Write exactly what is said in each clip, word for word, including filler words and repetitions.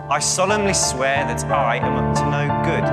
I solemnly swear that I am up to no good.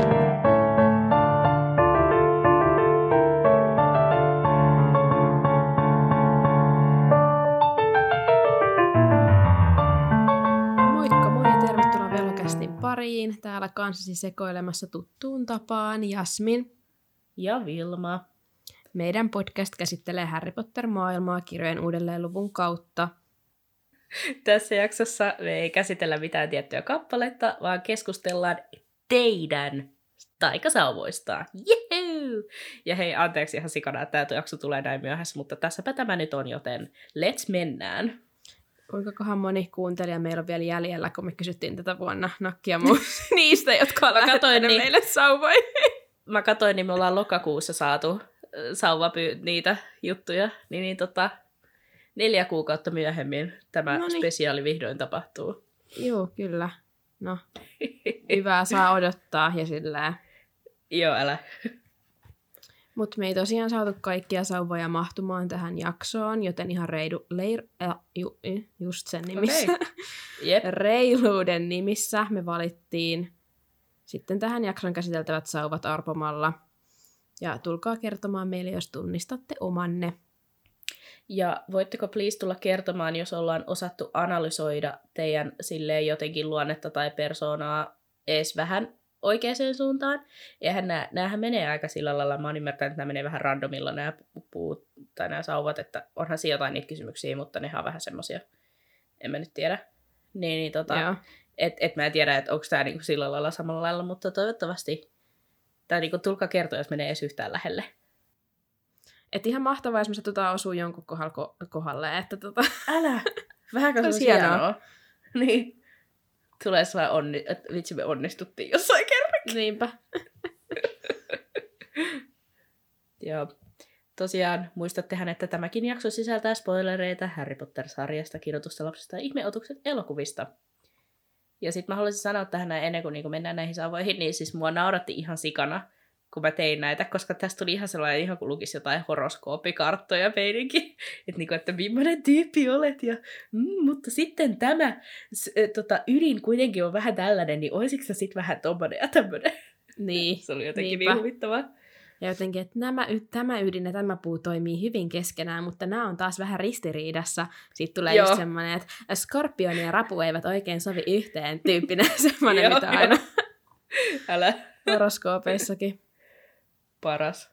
Moikka moi ja tervetuloa Velhokästin pariin. Täällä kanssasi sekoilemassa tuttuun tapaan Jasmin ja Vilma. Meidän podcast käsittelee Harry Potter-maailmaa kirjojen uudelleenluvun kautta. Tässä jaksossa me ei käsitellä mitään tiettyä kappaletta, vaan keskustellaan teidän taikasauvoistaan. Jehuu! Ja hei, anteeksi ihan sikana, että tämä jakso tulee näin myöhässä, mutta tässäpä tämä nyt on, joten let's mennään. Kuinkakohan moni kuuntelija meillä on vielä jäljellä, kun me kysyttiin tätä vuonna nakkia muu niistä, jotka on lähettänyt niin, meille sauvoihin. Mä katsoin, niin me ollaan lokakuussa saatu sauvapy- niitä juttuja, niin, niin tota, neljä kuukautta myöhemmin tämä Noniin. spesiaali vihdoin tapahtuu. Joo, kyllä. No, hyvää saa odottaa ja sillä. Joo, älä. Mutta me ei tosiaan saatu kaikkia sauvoja mahtumaan tähän jaksoon, joten ihan reilu, leir, äh, ju, just sen nimissä, okay. Yep. reiluuden nimissä me valittiin sitten tähän jakson käsiteltävät sauvat arpomalla. Ja tulkaa kertomaan meille, jos tunnistatte omanne. Ja voitteko please tulla kertomaan, jos ollaan osattu analysoida teidän silleen jotenkin luonnetta tai persoonaa edes vähän oikeaan suuntaan. Eihän nää, näähän menee aika sillä lailla, mä oon ymmärtänyt, että nämä menee vähän randomilla nämä puut tai nämä sauvat, että onhan siinä jotain niitä kysymyksiä, mutta nehän on vähän semmosia, en mä nyt tiedä. Niin, niin tota, et, et mä en tiedä, että onko tää niinku sillä lailla samalla lailla, mutta toivottavasti tai niinku tulkaa kertoa, jos menee edes yhtään lähelle. Että ihan mahtavaa, jos me satutaan osuu jonkun kohdalle, että tota... Älä! Vähänkö se on hienoa. Niin. Tulee sellainen onni, että vitsi me onnistuttiin jossain kerrankin. Niinpä. Joo. Tosiaan muistattehan, että tämäkin jakso sisältää spoilereita Harry Potter-sarjasta, kirjoitusta lapsista ja ihmeotukset elokuvista. Ja sit mä haluaisin sanoa tähän näin ennen kuin niin mennään näihin sauvoihin, niin siis mua nauratti ihan sikana, kun mä tein näitä, koska tästä tuli ihan sellainen, ihan kuin lukisi jotain horoskooppikarttoja meininkin. Että niinku, että millainen tyyppi olet, ja mm, mutta sitten tämä s- tota, ydin kuitenkin on vähän tällainen, niin olisiko se sitten vähän tommonen ja tämmönen? Niin. Se oli jotenkin Niinpä. niin huvittavaa. Ja jotenkin, että nämä, tämä ydin ja tämä puu toimii hyvin keskenään, mutta nämä on taas vähän ristiriidassa. Siitä tulee Joo. just semmoinen, että skorpioni ja rapu eivät oikein sovi yhteen tyyppinen semmoinen, mitä aina Älä. horoskoopeissakin. Paras.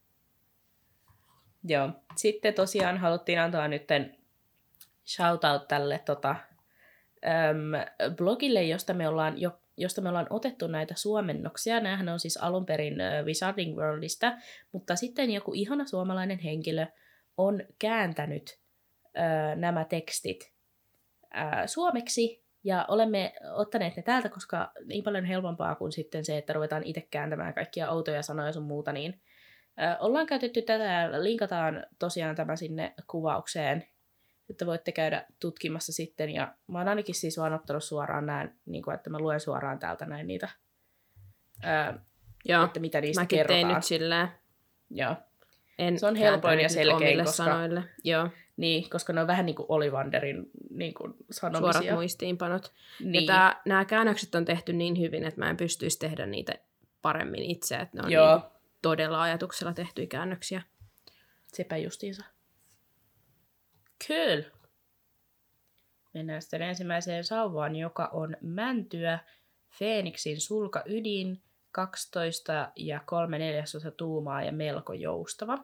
Joo. Sitten tosiaan haluttiin antaa nytten shoutout tälle tota, äm, blogille, josta me, ollaan jo, josta me ollaan otettu näitä suomennoksia. Nämähän on siis alun perin äh, Wizarding Worldista, mutta sitten joku ihana suomalainen henkilö on kääntänyt äh, nämä tekstit äh, suomeksi. Ja olemme ottaneet ne täältä, koska niin paljon helpompaa kuin sitten se, että ruvetaan itse kääntämään kaikkia outoja sanoja sun muuta, niin ö, ollaan käytetty tätä ja linkataan tosiaan tämä sinne kuvaukseen, että voitte käydä tutkimassa sitten. Ja mä oon ainakin siis vaan ottanut suoraan näin, niin kuin, että mä luen suoraan täältä näin niitä, ö, Joo, että mitä niistä mäkin kerrotaan. tein nyt silleen. Joo. En se on helpoin ja selkein, koska, sanoille. Joo. Niin, koska ne on vähän niin kuin Ollivanderin niin kuin sanomisia. Suorat muistiinpanot. Niin. Ja nämä käännökset on tehty niin hyvin, että mä en pystyisi tehdä niitä paremmin itse. Että ne on Joo. niin todella ajatuksella tehtyjä käännöksiä. Sepä justiinsa. Kyllä. Mennään sitten ensimmäiseen sauvaan, joka on mäntyä, Feeniksin sulkaydin, kaksitoista ja kolme neljäsosa tuumaa ja melko joustava.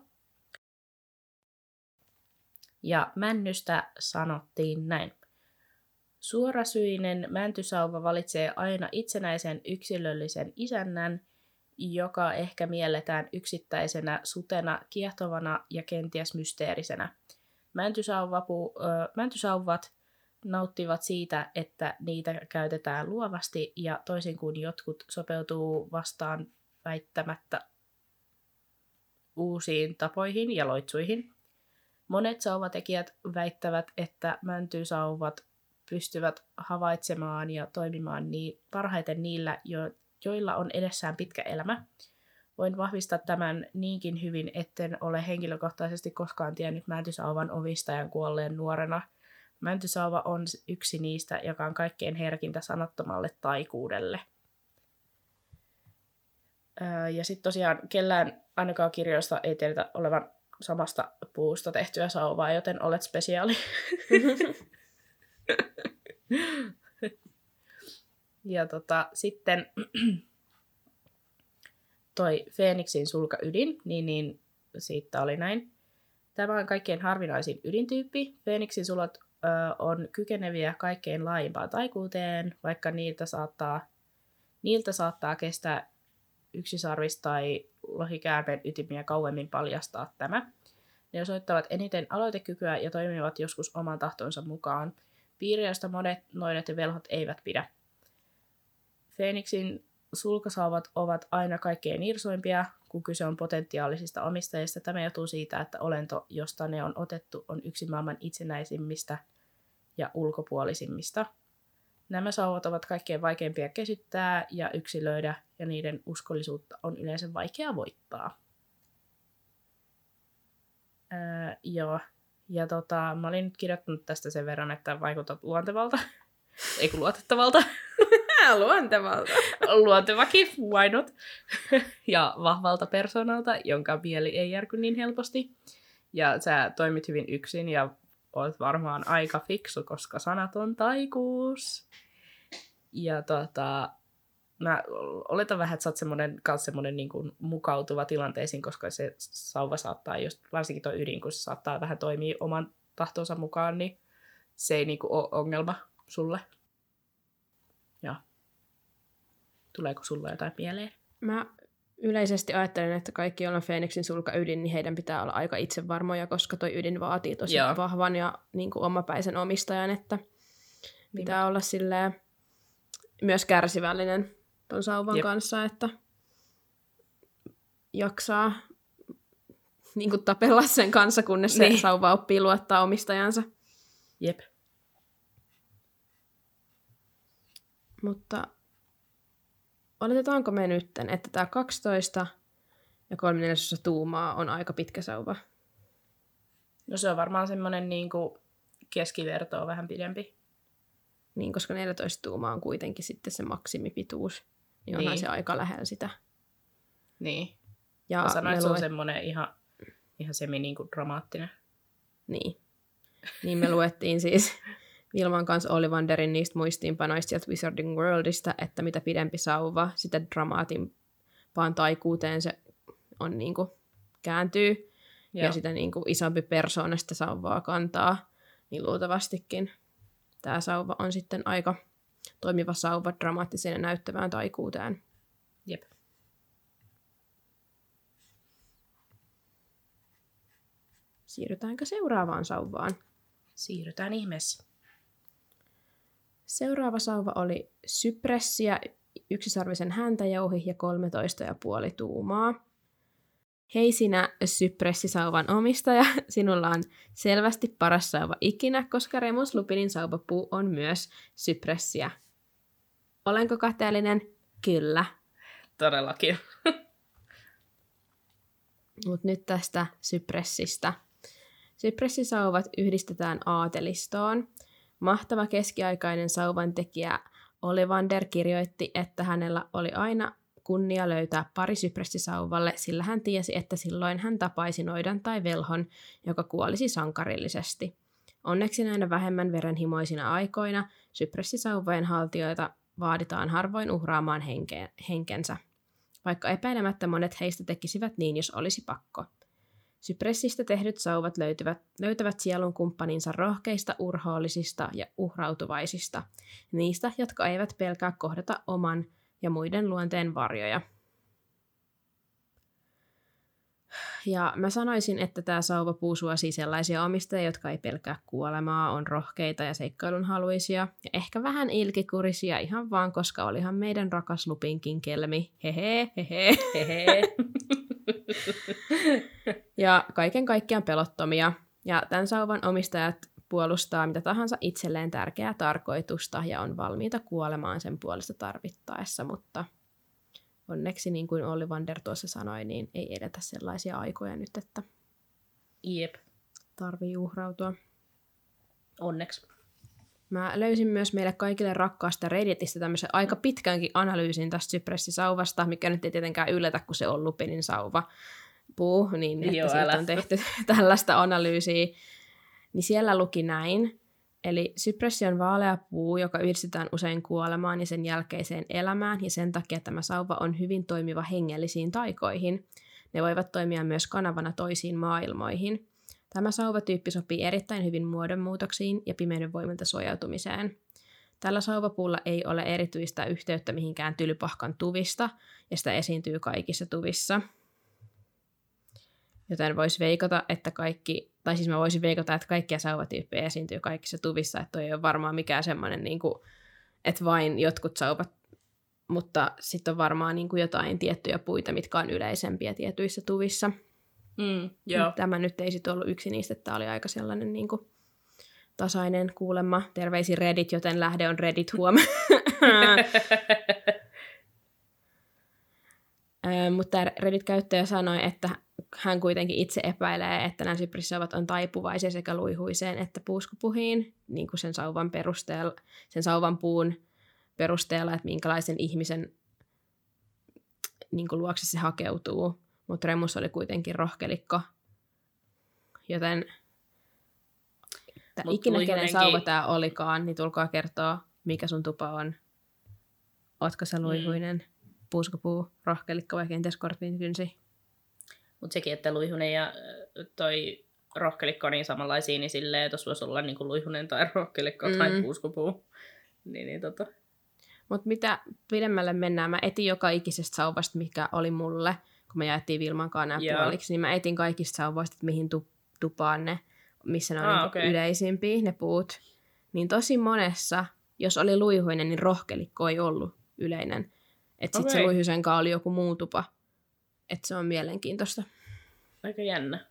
Ja männystä sanottiin näin. Suorasyinen mäntysauva valitsee aina itsenäisen yksilöllisen isännän, joka ehkä mielletään yksittäisenä sutena, kiehtovana ja kenties mysteerisenä. Mäntysauvapu, ö, mäntysauvat nauttivat siitä, että niitä käytetään luovasti ja toisin kuin jotkut sopeutuu vastaan väittämättä uusiin tapoihin ja loitsuihin. Monet sauvatekijät väittävät, että mäntysauvat pystyvät havaitsemaan ja toimimaan niin parhaiten niillä, jo, joilla on edessään pitkä elämä. Voin vahvistaa tämän niinkin hyvin, etten ole henkilökohtaisesti koskaan tiennyt mäntysauvan omistajan kuolleen nuorena Mäntysauva on yksi niistä, joka on kaikkein herkintä sanattomalle taikuudelle. Öö, ja sitten tosiaan kellään ainakaan kirjoista ei tiedetä olevan samasta puusta tehtyä sauvaa, joten olet spesiaali. Ja tota, sitten toi Feeniksin sulkaydin, niin, niin siitä oli näin. Tämä on kaikkein harvinaisin ydintyyppi. Feeniksin sulat ö, on kykeneviä kaikkein laajimpaan taikuuteen, vaikka niiltä saattaa, niiltä saattaa kestää yksisarvis tai lohikäärmeen ytimiä kauemmin paljastaa tämä. Ne osoittavat eniten aloitekykyä ja toimivat joskus oman tahtonsa mukaan. Piiri, josta monet noidat ja velhot eivät pidä. Feeniksin sulkasauvat ovat aina kaikkein irsoimpia, kun kyse on potentiaalisista omistajista. Tämä johtuu siitä, että olento, josta ne on otettu, on yksi maailman itsenäisimmistä ja ulkopuolisimmista. Nämä sauvat ovat kaikkein vaikeimpia kesyttää ja yksilöidä, ja niiden uskollisuutta on yleensä vaikea voittaa. Öö, joo. Ja tota, mä olin nyt kirjoittanut tästä sen verran, että vaikutat luontevalta. Ei kun luotettavalta. Luontevalta. Luontevakin, why not? Ja vahvalta persoonalta, jonka mieli ei järky niin helposti. Ja sä toimit hyvin yksin ja oot varmaan aika fiksu, koska sanaton taikuus. Ja tota, mä oletan vähän, että sä oot semmonen, kans semmonen niin kuin mukautuva tilanteisiin, koska se sauva saattaa, just, varsinkin tuo ydin, kun se saattaa vähän toimia oman tahtonsa mukaan, niin se ei niin kuin ole ongelma sulle. Ja tuleeko sulla jotain mieleen? Mä yleisesti ajattelen, että kaikki, joilla on Feeniksin sulkaydin, niin heidän pitää olla aika itsevarmoja, koska toi ydin vaatii tosi Joo. vahvan ja niin kuin omapäisen omistajan, että pitää niin. olla silleen myös kärsivällinen ton sauvan Jep. kanssa, että jaksaa niin kuin tapella sen kanssa, kunnes niin. se sauva oppii luottaa omistajansa. Jep. Mutta oletetaanko me nytten, että tämä kaksitoista ja kolme neljäsosa tuumaa on aika pitkä sauva? No se on varmaan semmoinen niinku keskiverto on vähän pidempi. Niin, koska neljätoista tuumaa on kuitenkin sitten se maksimipituus. Niin onhan niin. se aika lähellä sitä. Niin. Ja mä sanoin, että se on luet... semmoinen ihan, ihan semi-dramaattinen. Niin. Niin me luettiin siis Vilman kanssa Ollivanderin niistä muistiinpanoista sieltä Wizarding Worldista, että mitä pidempi sauva, sitä dramaatimpaan taikuuteen se on niinku kääntyy. Joo. Ja sitä niinku isompi persoona sitä sauvaa kantaa. Niin luultavastikin tämä sauva on sitten aika toimiva sauva dramaattiseen ja näyttävään taikuuteen. Jep. Siirrytäänkö seuraavaan sauvaan? Siirrytään ihmeessä. Seuraava sauva oli Sypressia, yksisarvisen häntäjouhi ja kolmetoista pilkku viisi tuumaa. Hei sinä Sypressisauvan omistaja, sinulla on selvästi paras sauva ikinä, koska Remus Lupinin sauvapuu on myös Sypressia. Olenko kateellinen? Kyllä. Todellakin. Mut nyt tästä Sypressistä. Sypressisauvat yhdistetään aatelistoon. Mahtava keskiaikainen sauvantekijä Ollivander kirjoitti, että hänellä oli aina kunnia löytää pari sypressisauvalle, sillä hän tiesi, että silloin hän tapaisi noidan tai velhon, joka kuolisi sankarillisesti. Onneksi näinä vähemmän verenhimoisina aikoina sypressisauvojen haltijoita vaaditaan harvoin uhraamaan henkeen, henkensä, vaikka epäilemättä monet heistä tekisivät niin, jos olisi pakko. Sypressistä tehdyt sauvat löytyvät, löytävät sielun kumppaninsa rohkeista, urhoollisista ja uhrautuvaisista, niistä, jotka eivät pelkää kohdata oman ja muiden luonteen varjoja. Ja mä sanoisin, että tämä sauvapuu suosii sellaisia omistajia, jotka ei pelkää kuolemaa, on rohkeita ja seikkailunhaluisia ja ehkä vähän ilkikurisia ihan vaan, koska olihan meidän rakas Lupinkin kelmi. Hehe, hehe, hehe. Ja kaiken kaikkiaan pelottomia. Ja tämän sauvan omistajat puolustaa mitä tahansa itselleen tärkeää tarkoitusta ja on valmiita kuolemaan sen puolesta tarvittaessa, mutta onneksi, niin kuin Ollivander tuossa sanoi, niin ei edetä sellaisia aikoja nyt, että Jep. tarvii uhrautua. Onneksi. Mä löysin myös meille kaikille rakkaasta Redditistä tämmöisen aika pitkänkin analyysin tästä sypresssisauvasta, mikä nyt ei tietenkään yllätä, kun se on lupinin sauva puu, niin että Joo, siitä älä. on tehty tällaista analyysiä. Niin siellä luki näin. Eli sypressi on vaalea puu, joka yhdistetään usein kuolemaan ja sen jälkeiseen elämään, ja sen takia tämä sauva on hyvin toimiva hengellisiin taikoihin. Ne voivat toimia myös kanavana toisiin maailmoihin. Tämä sauvatyyppi sopii erittäin hyvin muodonmuutoksiin ja pimeyden voimilta suojautumiseen. Tällä sauvapuulla ei ole erityistä yhteyttä mihinkään tylypahkan tuvista, ja sitä esiintyy kaikissa tuvissa. Joten voisi veikata, että kaikki, tai siis mä voisin veikata, että kaikkia sauvatyyppejä esiintyy kaikissa tuvissa, että toi ei ole varmaan mikään semmoinen, niin kuin, että vain jotkut sauvat, mutta sitten on varmaan niin kuin jotain tiettyjä puita, mitkä on yleisempiä tietyissä tuvissa. Mm, joo. Tämä nyt ei sitten ollut yksi niistä, että tämä oli aika sellainen niin kuin tasainen kuulemma. Terveisiin Reddit, joten lähde on Reddit huomenna. Mutta Reddit-käyttäjä sanoi, että hän kuitenkin itse epäilee, että nämä sypressauvat on taipuvaisia sekä luihuiseen että puuskupuhiin, niin kuin sen sauvan, perusteella, sen sauvan puun perusteella, että minkälaisen ihmisen niin kuin luokse se hakeutuu. Mutta Remus oli kuitenkin rohkelikko, joten Mut ikinä kenen luihunenkin... sauva tämä olikaan, niin tulkaa kertoa, mikä sun tupa on. Ootko sä luihuinen, mm. puuskupuu, rohkelikko vai kenties korpinkynsi? Mutta sekin, että luihunen ja toi rohkelikko on niin samanlaisia, niin silleen tuossa voisi olla niinku luihunen tai rohkelikko mm. tai puuskupuu. Niin, niin tota. Mutta mitä pidemmälle mennään, mä etin joka ikisestä sauvasta, mikä oli mulle, kun me jaettiin Vilman kanssa nämä puoliksi, niin mä etin kaikista sauvoista, että mihin tu- tupaan ne, missä ne on ah, niinku okay. yleisimpiä, ne puut. Niin tosi monessa, jos oli luihuinen, niin rohkelikko ei ollut yleinen. Että sitten Okay. se luihuisen kanssa oli joku muu tupa. Että se on mielenkiintoista. Aika jännä.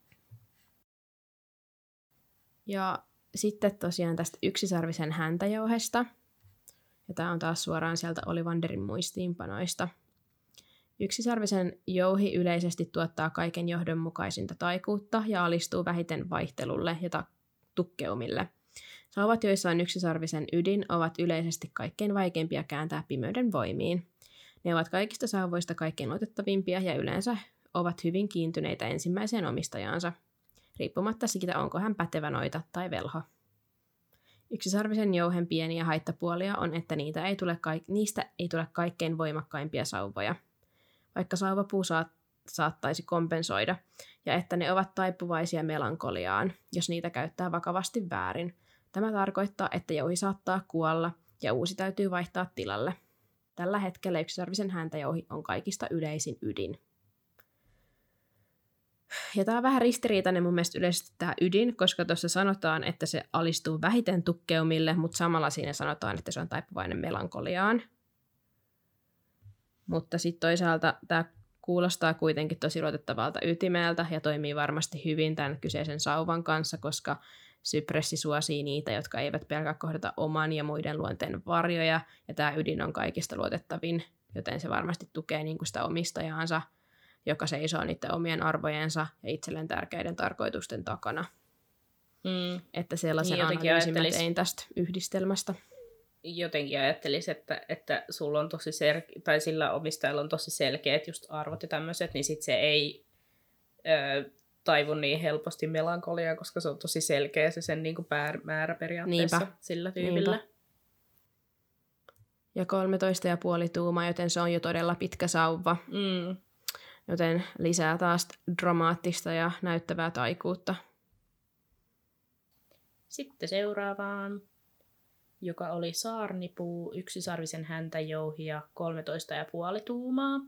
Ja sitten tosiaan tästä yksisarvisen häntäjouhesta. Ja tämä on taas suoraan sieltä Olivanderin muistiinpanoista. Yksisarvisen jouhi yleisesti tuottaa kaiken johdonmukaisinta taikuutta ja alistuu vähiten vaihtelulle ja ta- tukkeumille. Sauvat, joissa on yksisarvisen ydin, ovat yleisesti kaikkein vaikeimpia kääntää pimeyden voimiin. Ne ovat kaikista sauvoista kaikkein luotettavimpia ja yleensä ovat hyvin kiintyneitä ensimmäiseen omistajaansa, riippumatta siitä, onko hän pätevä noita tai velho. Yksisarvisen jouhen pieniä haittapuolia on, että niitä ei tule kaik- niistä ei tule kaikkein voimakkaimpia sauvoja, vaikka sauvapuu saat- saattaisi kompensoida, ja että ne ovat taipuvaisia melankoliaan, jos niitä käyttää vakavasti väärin. Tämä tarkoittaa, että jouhi saattaa kuolla ja uusi täytyy vaihtaa tilalle. Tällä hetkellä yksisarvisen häntäjouhi on kaikista yleisin ydin. Ja tämä on vähän ristiriitainen mun mielestä yleisesti tämä ydin, koska tuossa sanotaan, että se alistuu vähiten tukkeumille, mutta samalla siinä sanotaan, että se on taipuvainen melankoliaan. Mutta sitten toisaalta tämä kuulostaa kuitenkin tosi luotettavalta ytimeltä ja toimii varmasti hyvin tämän kyseisen sauvan kanssa, koska sypressi suosii niitä, jotka eivät pelkää kohdata oman ja muiden luonteen varjoja, ja tämä ydin on kaikista luotettavin, joten se varmasti tukee niin kuin sitä omistajaansa, joka seisoo niiden omien arvojensa ja itselleen tärkeiden tarkoitusten takana. Mm. Että sellaisen Niin jotenkin analyysin mä ajattelis- tein tästä yhdistelmästä. Jotenkin ajattelisi, että, että sulla on tosi sel- tai sillä omistajalla on tosi selkeät just arvot ja tämmöiset, niin sit se ei ö, taivu niin helposti melankoliaan, koska se on tosi selkeä se sen niinku pää- määrä periaatteessa Niinpä. sillä tyylillä. Niinpä. Ja kolmetoista pilkku viisi tuumaa, joten se on jo todella pitkä sauva. Mm. Joten lisää taas dramaattista ja näyttävää taikuutta. Sitten seuraavaan, joka oli saarnipuu, yksisarvisen häntäjouhi ja kolmetoista pilkku viisi tuumaa.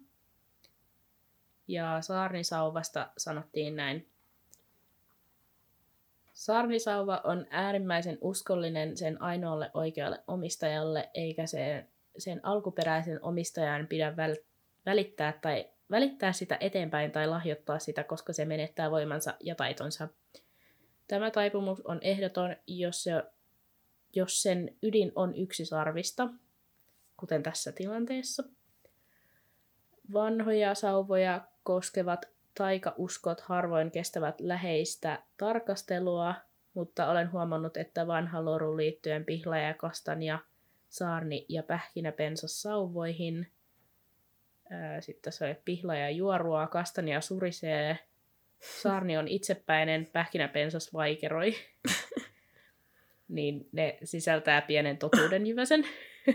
Ja saarnisauvasta sanottiin näin. Saarnisauva on äärimmäisen uskollinen sen ainoalle oikealle omistajalle, eikä sen, sen alkuperäisen omistajan pidä väl- välittää, tai, välittää sitä eteenpäin tai lahjoittaa sitä, koska se menettää voimansa ja taitonsa. Tämä taipumus on ehdoton, jos, se, jos sen ydin on yksisarvista, kuten tässä tilanteessa. Vanhoja sauvoja koskevat taikauskot harvoin kestävät läheistä tarkastelua, mutta olen huomannut, että vanha loru liittyen pihlaaja, kastanja, saarni ja pähkinäpensas sauvoihin. Sitten tässä oli pihlaaja juorua, kastanja surisee, saarni on itsepäinen, pähkinäpensas vaikeroi. Niin ne sisältää pienen totuuden jyväsen.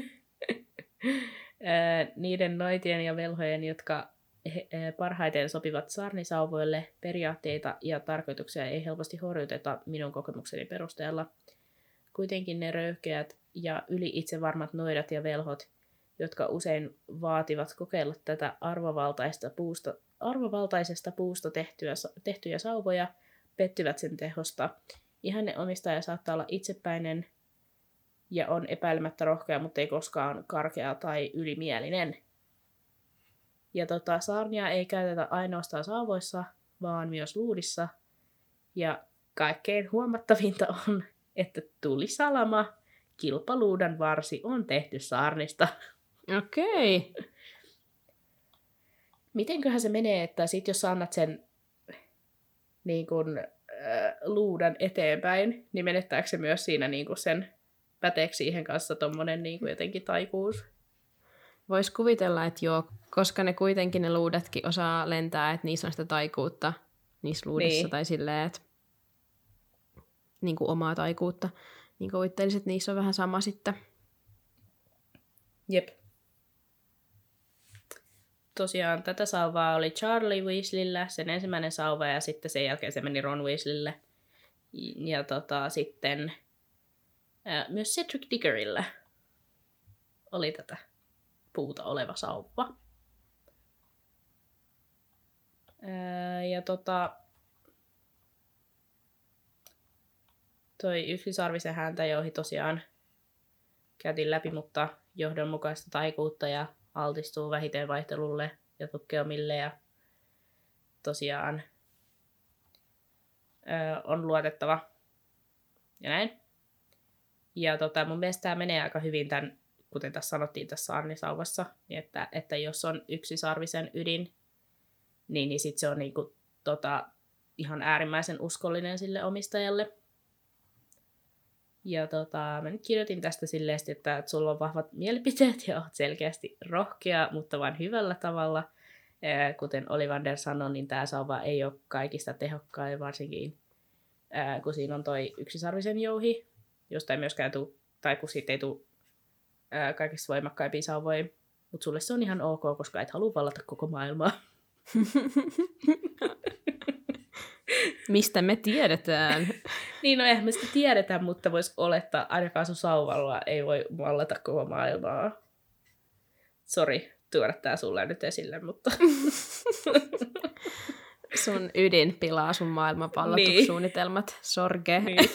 Niiden noitien ja velhojen, jotka parhaiten sopivat saarnisauvoille, periaatteita ja tarkoituksia ei helposti horjuteta minun kokemukseni perusteella. Kuitenkin ne röyhkeät ja yli itsevarmat noidat ja velhot, jotka usein vaativat kokeilla tätä arvovaltaista puusta, arvovaltaisesta puusta tehtyä, tehtyjä sauvoja, pettyvät sen tehosta. Ihanne omistaja saattaa olla itsepäinen ja on epäilemättä rohkea, mutta ei koskaan karkea tai ylimielinen. Ja tota, saarnia ei käytetä ainoastaan sauvoissa, vaan myös luudissa. Ja kaikkein huomattavinta on, että tulisalama, kilpaluudan varsi, on tehty saarnista. Okei. Okay. Mitenköhän se menee, että sit jos annat sen niin kun, äh, luudan eteenpäin, niin menettääkö se myös siinä niin kun sen päteekö siihen kanssa tommonen niin kun jotenkin taikuus? Vois kuvitella, että joo, koska ne kuitenkin ne luudetkin osaa lentää, että niissä on sitä taikuutta niissä luudissa niin. Tai silleen, että niin kuin omaa taikuutta. Niin kuvittelisin, että niissä on vähän sama sitten. Jep. Tosiaan tätä sauvaa oli Charlie Weasleyllä, sen ensimmäinen sauva, ja sitten sen jälkeen se meni Ron Weasleylle. Ja tota, sitten ää, myös Cedric Diggoryllä oli tätä puuta oleva sauva. Ää, ja tota, toi yksisarvisen häntä jouhi tosiaan käytiin läpi, mutta johdonmukaista taikuutta ja altistuu vähiten vaihtelulle ja tukkeumille ja tosiaan ää, on luotettava ja näin. Ja tota, mun mielestä tämä menee aika hyvin tämän, kuten tässä sanottiin tässä saarnisauvassa, niin että, että jos on yksisarvisen ydin, niin, niin sitten se on niinku, tota, ihan äärimmäisen uskollinen sille omistajalle. Ja tota, mä nyt kirjoitin tästä silleen, että, että sulla on vahvat mielipiteet ja oot selkeästi rohkea, mutta vain hyvällä tavalla. Ää, kuten Ollivander sanoi, niin tämä sauva ei ole kaikista tehokkain, varsinkin ää, kun siinä on toi yksisarvisen jouhi, josta ei myöskään tule, tai kun siitä ei tule ää, kaikista voimakkaimpia sauvoja. Mutta sulle se on ihan ok, koska et halua vallata koko maailmaa. Mistä me tiedetään? Niin, no eihän me sitä tiedetä, mutta voisi olettaa, ainakaan sun sauvalla ei voi vallata koko maailmaa. Sori, tuoda tää sulle nyt esille, mutta... Sun ydin pilaa sun maailmanpallotussuunnitelmat. Niin. Sorge. Niin.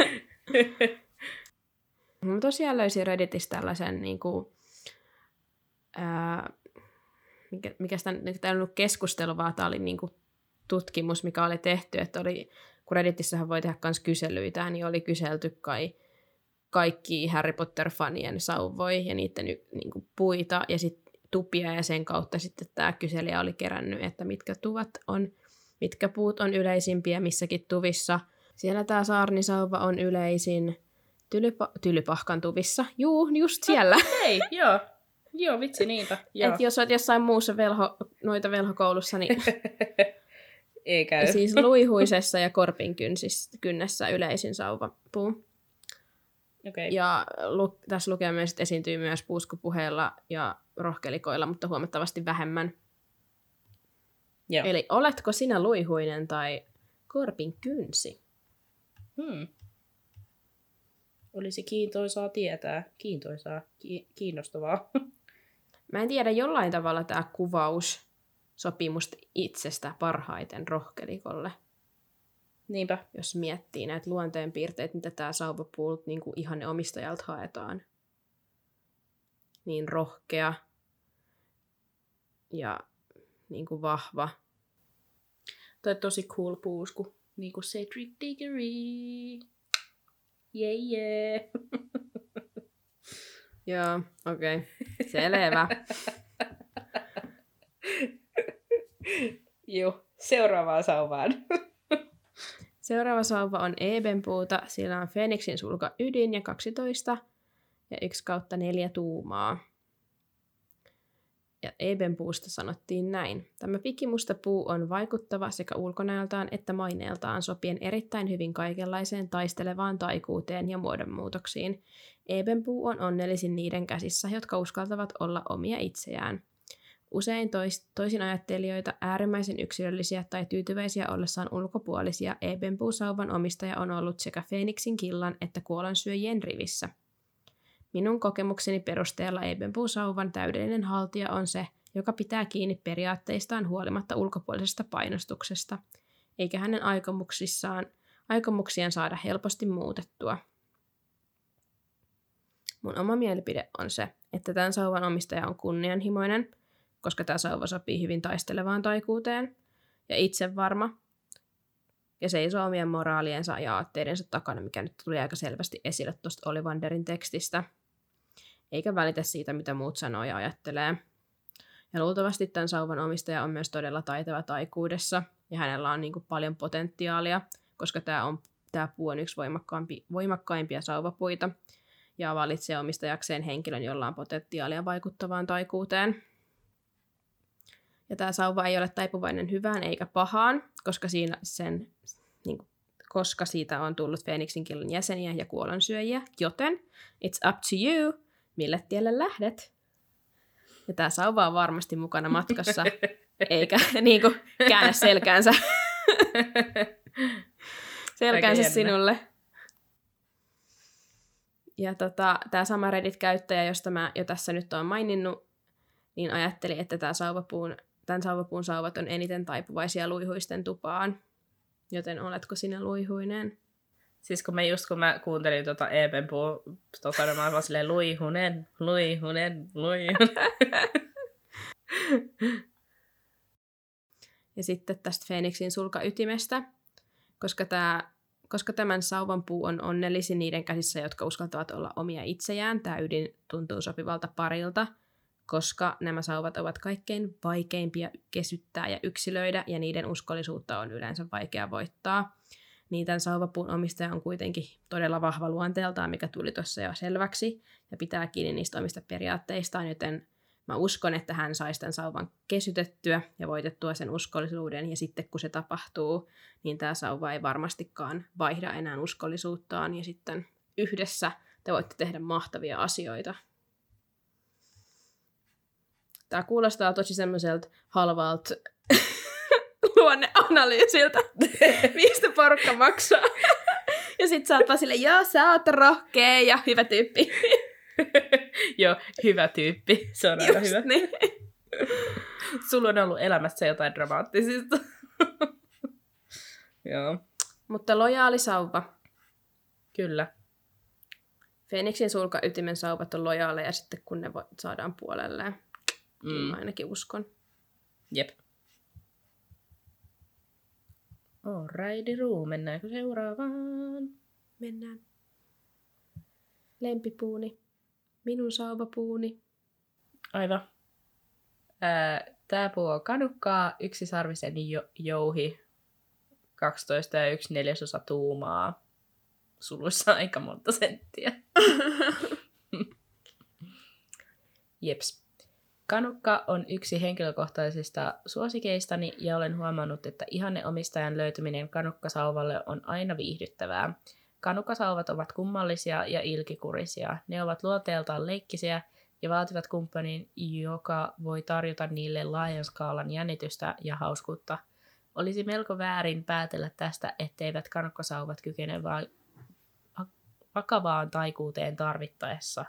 Mä tosiaan löysin Redditistä tällaisen niin kuin, ää, mikä, mikä sitä ei ollut keskustelu, vaan tämä oli niin kuin tutkimus, mikä oli tehty, että oli, kun Redditissähän voi tehdä myös kyselyitä, niin oli kyselty kai kaikki Harry Potter-fanien sauvoja ja niiden niin kuin puita ja sitten tupia, ja sen kautta sitten tämä kyselijä oli kerännyt, että mitkä tuvat on, mitkä puut on yleisimpiä missäkin tuvissa. Siellä tämä saarnisauva on yleisin tylypa- tylypahkan tuvissa. Juu, just siellä. Hei, joo. Joo, vitsi niinpä. Että jos olet jossain muussa velho, noita velhokoulussa, niin... Ei käy. Siis luihuisessa ja korpinkynnessä yleisin sauvapuu. Okay. Ja lu- tässä lukemaiset esiintyy myös puuskupuheilla ja rohkelikoilla, mutta huomattavasti vähemmän. Joo. Eli oletko sinä luihuinen tai korpinkynsi? Hmm. Olisi kiintoisaa tietää. Kiintoisaa. Ki- kiinnostavaa. Mä en tiedä, jollain tavalla tämä kuvaus sopii musta itsestä parhaiten rohkelikolle. Niinpä. Jos miettii näitä luonteenpiirteitä, mitä tämä sauvapuu niin kuin ihanne omistajalta haetaan. Niin rohkea ja niin kuin vahva. Tai tosi cool puusku. Niin kuin Cedric Diggory. Yeah, yeah. Joo, okei. Okay. Selvä. Joo, seuraavaan sauvaan. Seuraava sauva on ebenpuuta. Sillä on Feeniksin sulka ydin ja kaksitoista ja yksi kautta neljä tuumaa. Ja ebenpuusta sanottiin näin. Tämä pikimusta puu on vaikuttava sekä ulkonäöltään että maineeltaan sopien erittäin hyvin kaikenlaiseen taistelevaan taikuuteen ja muodonmuutoksiin. Ebenpuu on onnellisin niiden käsissä, jotka uskaltavat olla omia itseään. Usein tois, toisin ajattelijoita äärimmäisen yksilöllisiä tai tyytyväisiä ollessaan ulkopuolisia, ebenpuusauvan omistaja on ollut sekä Feeniksin killan että kuolansyöjien rivissä. Minun kokemukseni perusteella ebenpuusauvan täydellinen haltija on se, joka pitää kiinni periaatteistaan huolimatta ulkopuolisesta painostuksesta, eikä hänen aikomuksissaan, aikomuksiaan saada helposti muutettua. Mun oma mielipide on se, että tämän sauvan omistaja on kunnianhimoinen, koska tämä sauva sopii hyvin taistelevaan taikuuteen, ja itsevarma, ja seisoo omien moraaliensa ja aatteidensa takana, mikä nyt tuli aika selvästi esille tuosta Ollivanderin tekstistä, eikä välitä siitä, mitä muut sanoo ja ajattelee. Ja luultavasti tämän sauvan omistaja on myös todella taitava taikuudessa, ja hänellä on niin kuin paljon potentiaalia, koska tämä, on, tämä puu on yksi voimakkaimpia sauvapuita, ja valitsee omistajakseen henkilön, jolla on potentiaalia vaikuttavaan taikuuteen. Ja tämä sauva ei ole taipuvainen hyvään eikä pahaan, koska, siinä sen, niin kuin, koska siitä on tullut Feeniksin killan jäseniä ja kuolansyöjiä, joten it's up to you, mille tielle lähdet. Ja tämä sauva on varmasti mukana matkassa, eikä niin kuin, käännä selkäänsä, selkäänsä sinulle. Ja tota, tämä sama Reddit-käyttäjä, josta mä jo tässä nyt olen maininnut, niin ajatteli, että tämä sauvapuun, tämän sauvapuun sauvat on eniten taipuvaisia luihuisten tupaan. Joten oletko sinä luihuinen? Siis kun mä just kun mä kuuntelin tota ebenpuu, tota, mä olin silleen luihunen, luihunen, luihunen. Ja sitten tästä Feeniksin sulkaytimestä, koska, tämä, koska tämän sauvan puu on onnellisin niiden käsissä, jotka uskaltavat olla omia itsejään. Tämä ydin tuntuu sopivalta parilta, koska nämä sauvat ovat kaikkein vaikeimpia kesyttää ja yksilöidä, ja niiden uskollisuutta on yleensä vaikea voittaa. Niin tämän sauvapuun omistaja on kuitenkin todella vahva luonteeltaan, mikä tuli tuossa jo selväksi, ja pitää kiinni niistä omista periaatteistaan, joten mä uskon, että hän saisi tämän sauvan kesytettyä ja voitettua sen uskollisuuden, ja sitten kun se tapahtuu, niin tämä sauva ei varmastikaan vaihda enää uskollisuuttaan, ja sitten yhdessä te voitte tehdä mahtavia asioita. Tämä kuulostaa tosi semmoiselta halvalta luonneanalyysiltä, mistä porukka maksaa. Ja sit sä oot vaan silleen, joo, sä oot rohkea ja hyvä tyyppi. Joo, hyvä tyyppi. Se on aina hyvä. Niin. Sulla on ollut elämässä jotain dramaattisista. Joo. Mutta lojaali sauva. Kyllä. Feeniksin sulkaytimen sauvat on lojaaleja sitten, kun ne saadaan puolelleen. Mm. Mä ainakin uskon. Jep. Alrighty, ruu. Mennäänkö seuraavaan? Mennään. Lempipuuni. Minun sauvapuuni. Aivan. Ää, tää puu on kanukkaa, yksisarvisen jo- jouhi, kaksitoista ja yksi neljäsosa tuumaa. Suluissa aika monta senttiä. Jeps. Kanukka on yksi henkilökohtaisista suosikeistani ja olen huomannut, että ihanneomistajan löytyminen kanukkasauvalle on aina viihdyttävää. Kanukkasauvat ovat kummallisia ja ilkikurisia. Ne ovat luonteeltaan leikkisiä ja vaativat kumppanin, joka voi tarjota niille laajan skaalan jännitystä ja hauskuutta. Olisi melko väärin päätellä tästä, etteivät kanukkasauvat kykene va- vakavaan taikuuteen tarvittaessa.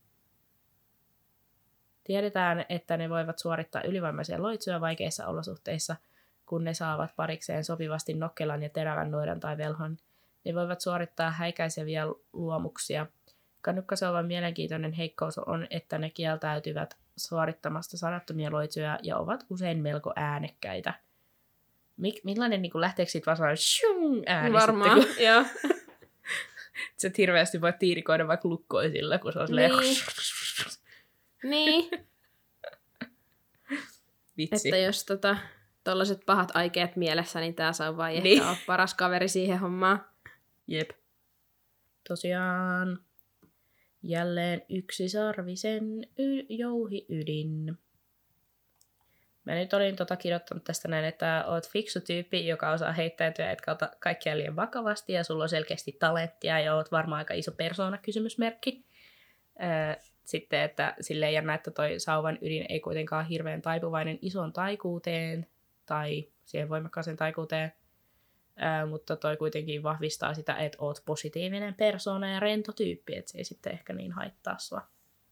Tiedetään, että ne voivat suorittaa ylivoimaisia loitsuja vaikeissa olosuhteissa, kun ne saavat parikseen sopivasti nokkelan ja terävän noidan tai velhon. Ne voivat suorittaa häikäiseviä luomuksia. Kanukkasauvan mielenkiintoinen heikkous on, että ne kieltäytyvät suorittamasta sanattomia loitsuja ja ovat usein melko äänekkäitä. Mik, millainen niin lähteekö siitä vaan sellainen shung ääni? Varmaan, sitten, joo. Sä et hirveästi voi tiirikoida vaikka lukkoisilla, kun se on silleen... Niin. Niin. Vitsi. Että jos tota, tollaiset pahat aikeet mielessä, niin tää sauva ei Niin. ehkä ole paras kaveri siihen hommaan. Jep. Tosiaan jälleen yksisarvisen y- jouhiydin. Mä nyt olin tota kirjoittanut tästä näin, että oot fiksu tyyppi, joka osaa heittäytyä, etkä ota kaikkia liian vakavasti, ja sulla on selkeästi talenttia, ja oot varmaan aika iso persoona-kysymysmerkki. Öö, sitten, että silleen jännä, että toi sauvan ydin ei kuitenkaan hirveän taipuvainen isoon taikuuteen, tai siihen voimakkaaseen taikuuteen, öö, mutta toi kuitenkin vahvistaa sitä, että oot positiivinen persoona ja rento tyyppi, että se ei sitten ehkä niin haittaa sua.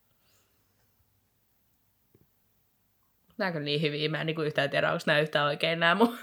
Nääkö niin hyviä? Mä en niin yhtään tiedä, onko nämä yhtään oikein nämä mun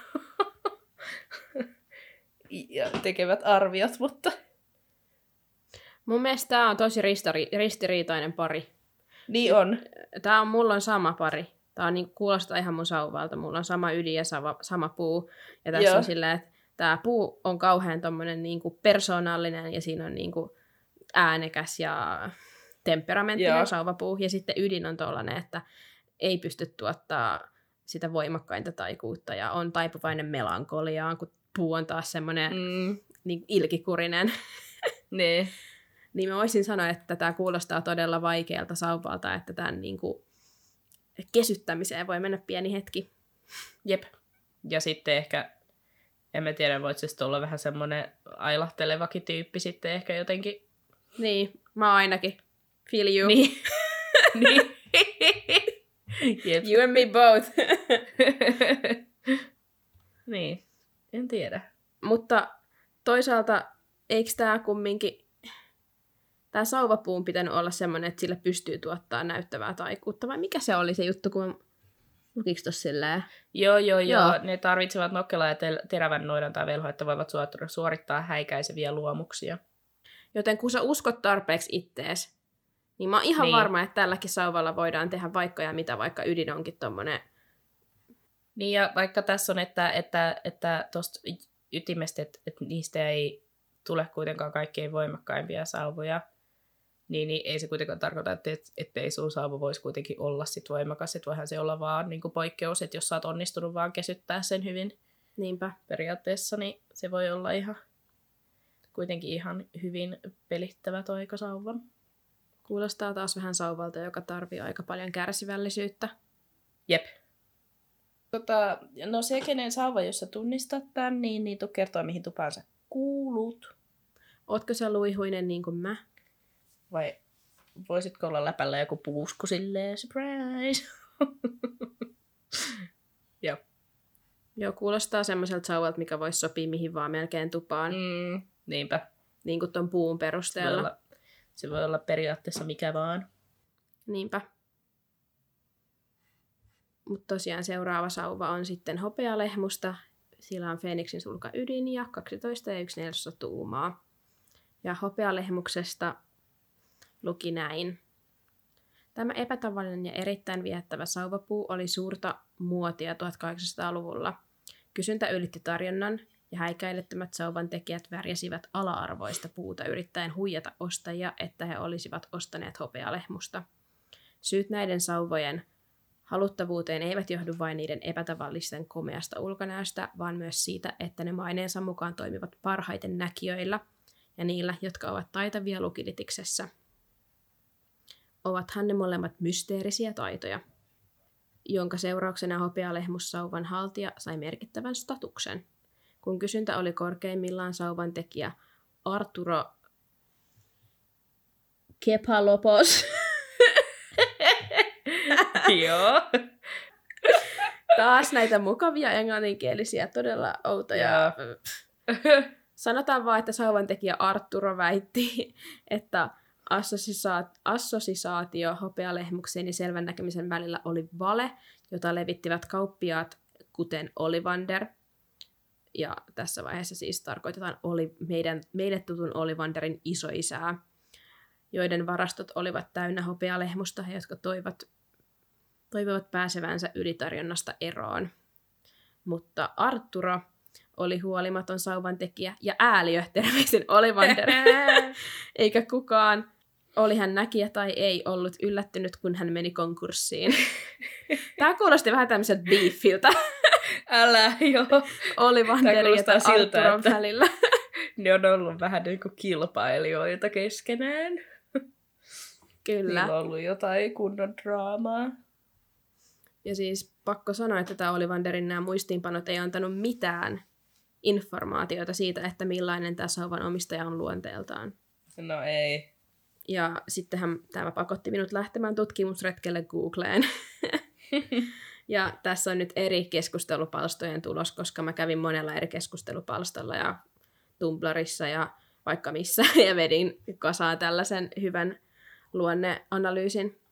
ja tekevät arviot, mutta... Mun mielestä tää on tosi ristari- ristiriitainen pari. Niin on. Tää on, mulla on sama pari. Tää on, niin, kuulostaa ihan mun sauvalta. Mulla on sama ydin ja sama, sama puu. Ja tässä Joo. on silleen, että tää puu on kauhean tommonen niin kuin persoonallinen ja siinä on niin kuin äänekäs ja temperamenttinen Joo. sauvapuu. Ja sitten ydin on tollanen, että ei pysty tuottaa sitä voimakkainta taikuutta ja on taipuvainen melankoliaan, kun puu on taas semmoinen Mm. niin ilkikurinen. Niin. Niin mä voisin sanoa, että tämä kuulostaa todella vaikealta sauvalta, että tämän niin kuin kesyttämiseen voi mennä pieni hetki. Jep. Ja sitten ehkä, en mä tiedä, voit siis olla vähän semmoinen ailahtelevakin tyyppi sitten ehkä jotenkin. Niin, mä oon ainakin. Feel you. Niin. niin. Jep. You and me both. Niin, en tiedä. Mutta toisaalta, eikö tämä kumminkin, tämä sauvapuun pitänyt olla semmoinen, että sille pystyy tuottaa näyttävää taikuutta, vai mikä se oli se juttu, kun lukiks tossa silleen? Joo, joo, joo. Joo. Ne tarvitsevat nokkelaa ja tel- terävän noidan tai velho, että voivat suor- suorittaa häikäiseviä luomuksia. Joten kun sä uskot tarpeeksi ittees, niin mä oon ihan Niin. varma, että tälläkin sauvalla voidaan tehdä vaikka ja mitä, vaikka ydin onkin tommonen. Niin ja vaikka tässä on, että, että, että tuosta ytimestä, että, että niistä ei tule kuitenkaan kaikkein voimakkaimpia sauvoja, niin, niin ei se kuitenkaan tarkoita, että et, ettei sun sauva voisi kuitenkin olla sit voimakas. Että voihan se olla vaan niin kuin poikkeus, että jos sä oot onnistunut vaan kesyttää sen hyvin Niinpä. periaatteessa, niin se voi olla ihan kuitenkin ihan hyvin pelittävä toikosauva. Kuulostaa taas vähän sauvalta, joka tarvii aika paljon kärsivällisyyttä. Jep. Tota, no se, kenen sauva, jos sä tunnistat tämän, niin, niin tuu kertoa, mihin tupaan sä kuulut. Ootko sä luihuinen niin kuin mä? Vai voisitko olla läpällä joku puusku silleen, surprise? Joo. Joo, kuulostaa semmoiselta sauvalta, mikä voisi sopia mihin vaan melkein tupaan. Mm, niinpä. Niin kuin ton puun Se voi, perusteella. olla, se voi olla periaatteessa mikä vaan. Niinpä. Mutta tosiaan seuraava sauva on sitten hopealehmusta. Sillä on Feeniksin sulka ydin ja kaksitoista ja yksi neljäsosa tuumaa. Ja hopealehmuksesta luki näin. Tämä epätavallinen ja erittäin viehättävä sauvapuu oli suurta muotia tuhatkahdeksansataaluvulla. Kysyntä ylitti tarjonnan ja häikäilettömät sauvan tekijät värjäsivät ala-arvoista puuta yrittäen huijata ostajia, että he olisivat ostaneet hopealehmusta. Syyt näiden sauvojen haluttavuuteen eivät johdu vain niiden epätavallisten komeasta ulkonäöstä, vaan myös siitä, että ne maineensa mukaan toimivat parhaiten näkijöillä ja niillä, jotka ovat taitavia lukilitiksessä. Ovathan ne molemmat mysteerisiä taitoja, jonka seurauksena hopealehmussauvan haltija sai merkittävän statuksen. Kun kysyntä oli korkeimmillaan, sauvan tekijä Arturo Kepalopos Joo. taas näitä mukavia englanninkielisiä, todella outoja. Sanotaan vaan, että sauvan tekijä Arturo väitti, että assosiaatio hopealehmuksen ja selvän näkemisen välillä oli vale, jota levittivät kauppiaat, kuten Ollivander. Ja tässä vaiheessa siis tarkoitetaan oli, meidän, meille tutun Ollivanderin isoisää, joiden varastot olivat täynnä hopealehmusta, jotka toivat, toivovat pääsevänsä ylitarjonnasta eroon. Mutta Arturo oli huolimaton sauvan tekijä ja ääliö, terveisin Ollivander. Eikä kukaan, oli hän näkijä tai ei, ollut yllättynyt, kun hän meni konkurssiin. Tämä kuulosti vähän tämmöiseltä beefiltä. Älä joo. Ollivander ja Arturon välillä. Ne on ollut vähän niin kuin kilpailijoita keskenään. Kyllä. Niillä on ollut jotain kunnon draamaa. Ja siis pakko sanoa, että tämä Ollivanderin nämä muistiinpanot ei antanut mitään informaatiota siitä, että millainen tämä sauvan omistaja on luonteeltaan. No ei. Ja sittenhän tämä pakotti minut lähtemään tutkimusretkelle Googleen. Ja tässä on nyt eri keskustelupalstojen tulos, koska mä kävin monella eri keskustelupalstalla ja Tumblrissa ja vaikka missä, ja vedin kasaan tällaisen hyvän luonneanalyysin.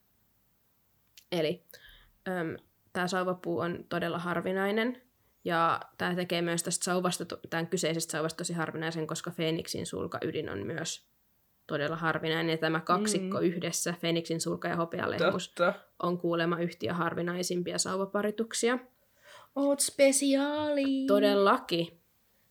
Eli äm, tämä sauvapuu on todella harvinainen, ja tämä tekee myös tästä sauvasta, tämän kyseisestä sauvasta tosi harvinaisen, koska Feeniksin sulkaydin on myös todella harvinainen, ja tämä kaksikko mm. yhdessä, Feeniksin sulka ja hopealehmus, on kuulemma yhtiä harvinaisimpia sauvaparituksia. Oot spesiaali! Todellakin.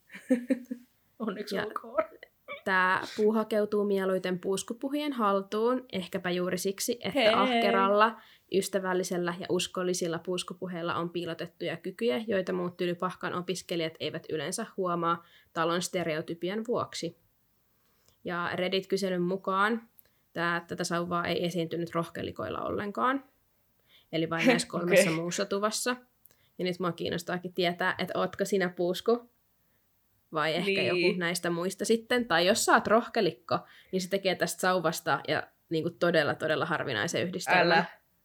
Onneksi olkoon. Tämä puu hakeutuu mieluiten puuskupuhien haltuun, ehkäpä juuri siksi, että Hei. ahkeralla, ystävällisellä ja uskollisilla puuskupuheilla on piilotettuja kykyjä, joita muut Tylypahkan opiskelijat eivät yleensä huomaa talon stereotypian vuoksi. Ja Reddit-kyselyn mukaan tää, tätä sauvaa ei esiintynyt rohkelikoilla ollenkaan, eli vain näissä kolmessa okay. muussa tuvassa. Ja nyt mua kiinnostaakin tietää, että ootko sinä puusku? Vai ehkä niin. joku näistä muista sitten. Tai jos sä oot rohkelikko, niin se tekee tästä sauvasta ja niin kuin todella, todella harvinaisen yhdistelmän. Älä.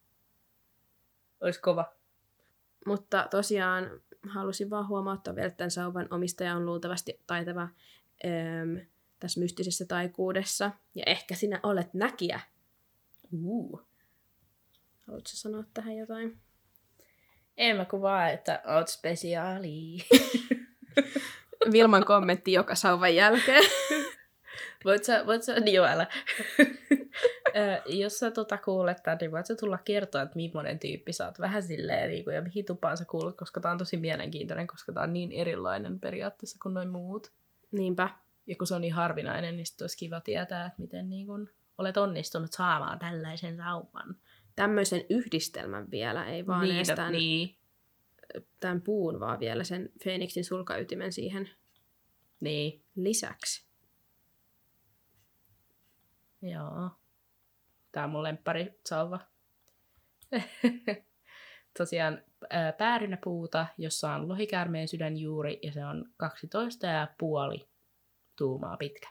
Ois kova. Mutta tosiaan halusin vaan huomauttaa vielä, että tämän sauvan omistaja on luultavasti taitava öö, tässä mystisessä taikuudessa. Ja ehkä sinä olet näkijä. Uh. Haluatko sanoa tähän jotain? En mä kuvaa, että oot spesiaali. Vilman kommentti joka sauvan jälkeen. Voit sä, voit sä, niin joo, älä. Jos sä tota kuulet tämän, niin voit sä tulla kertoa, että millainen tyyppi sä oot. Vähän silleen, niin kuin, ja mihin tupaan sä kuulet, koska tää on tosi mielenkiintoinen, koska tää on niin erilainen periaatteessa kuin noin muut. Niinpä. Ja kun se on niin harvinainen, niin sit olisi kiva tietää, että miten niin kun olet onnistunut saamaan tällaisen sauvan. Tämmöisen yhdistelmän vielä, ei vaan niin, edes tämän, niin. tämän puun, vaan vielä sen Feeniksin sulkaytimen siihen niin. lisäksi. Joo. Tää on mun lemppari sauva. Tosiaan päärynäpuuta, jossa on lohikäärmeen sydänjuuri, ja se on kaksitoista ja puoli tuumaa pitkä.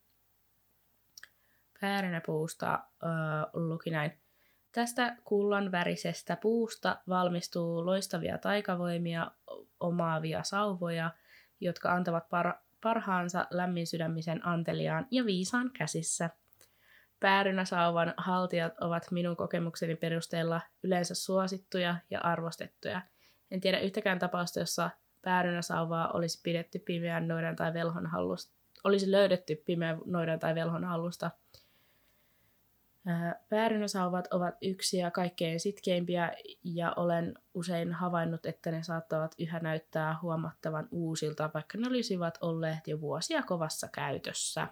Päärynäpuusta äh, luki näin. Tästä kullan värisestä puusta valmistuu loistavia taikavoimia omaavia sauvoja, jotka antavat par- parhaansa lämminsydämisen anteliaan ja viisaan käsissä. Päärynäsauvan haltijat ovat minun kokemukseni perusteella yleensä suosittuja ja arvostettuja. En tiedä yhtäkään tapausta, jossa päärynäsauvaa olisi pidetty pimeän noidan tai velhon hallusta. Olisi löydetty pimeän noidan tai velhon hallusta. Päärynäsauvat ovat yksi ja kaikkein sitkeimpiä, ja olen usein havainnut, että ne saattavat yhä näyttää huomattavan uusilta, vaikka ne olisivat olleet jo vuosia kovassa käytössä.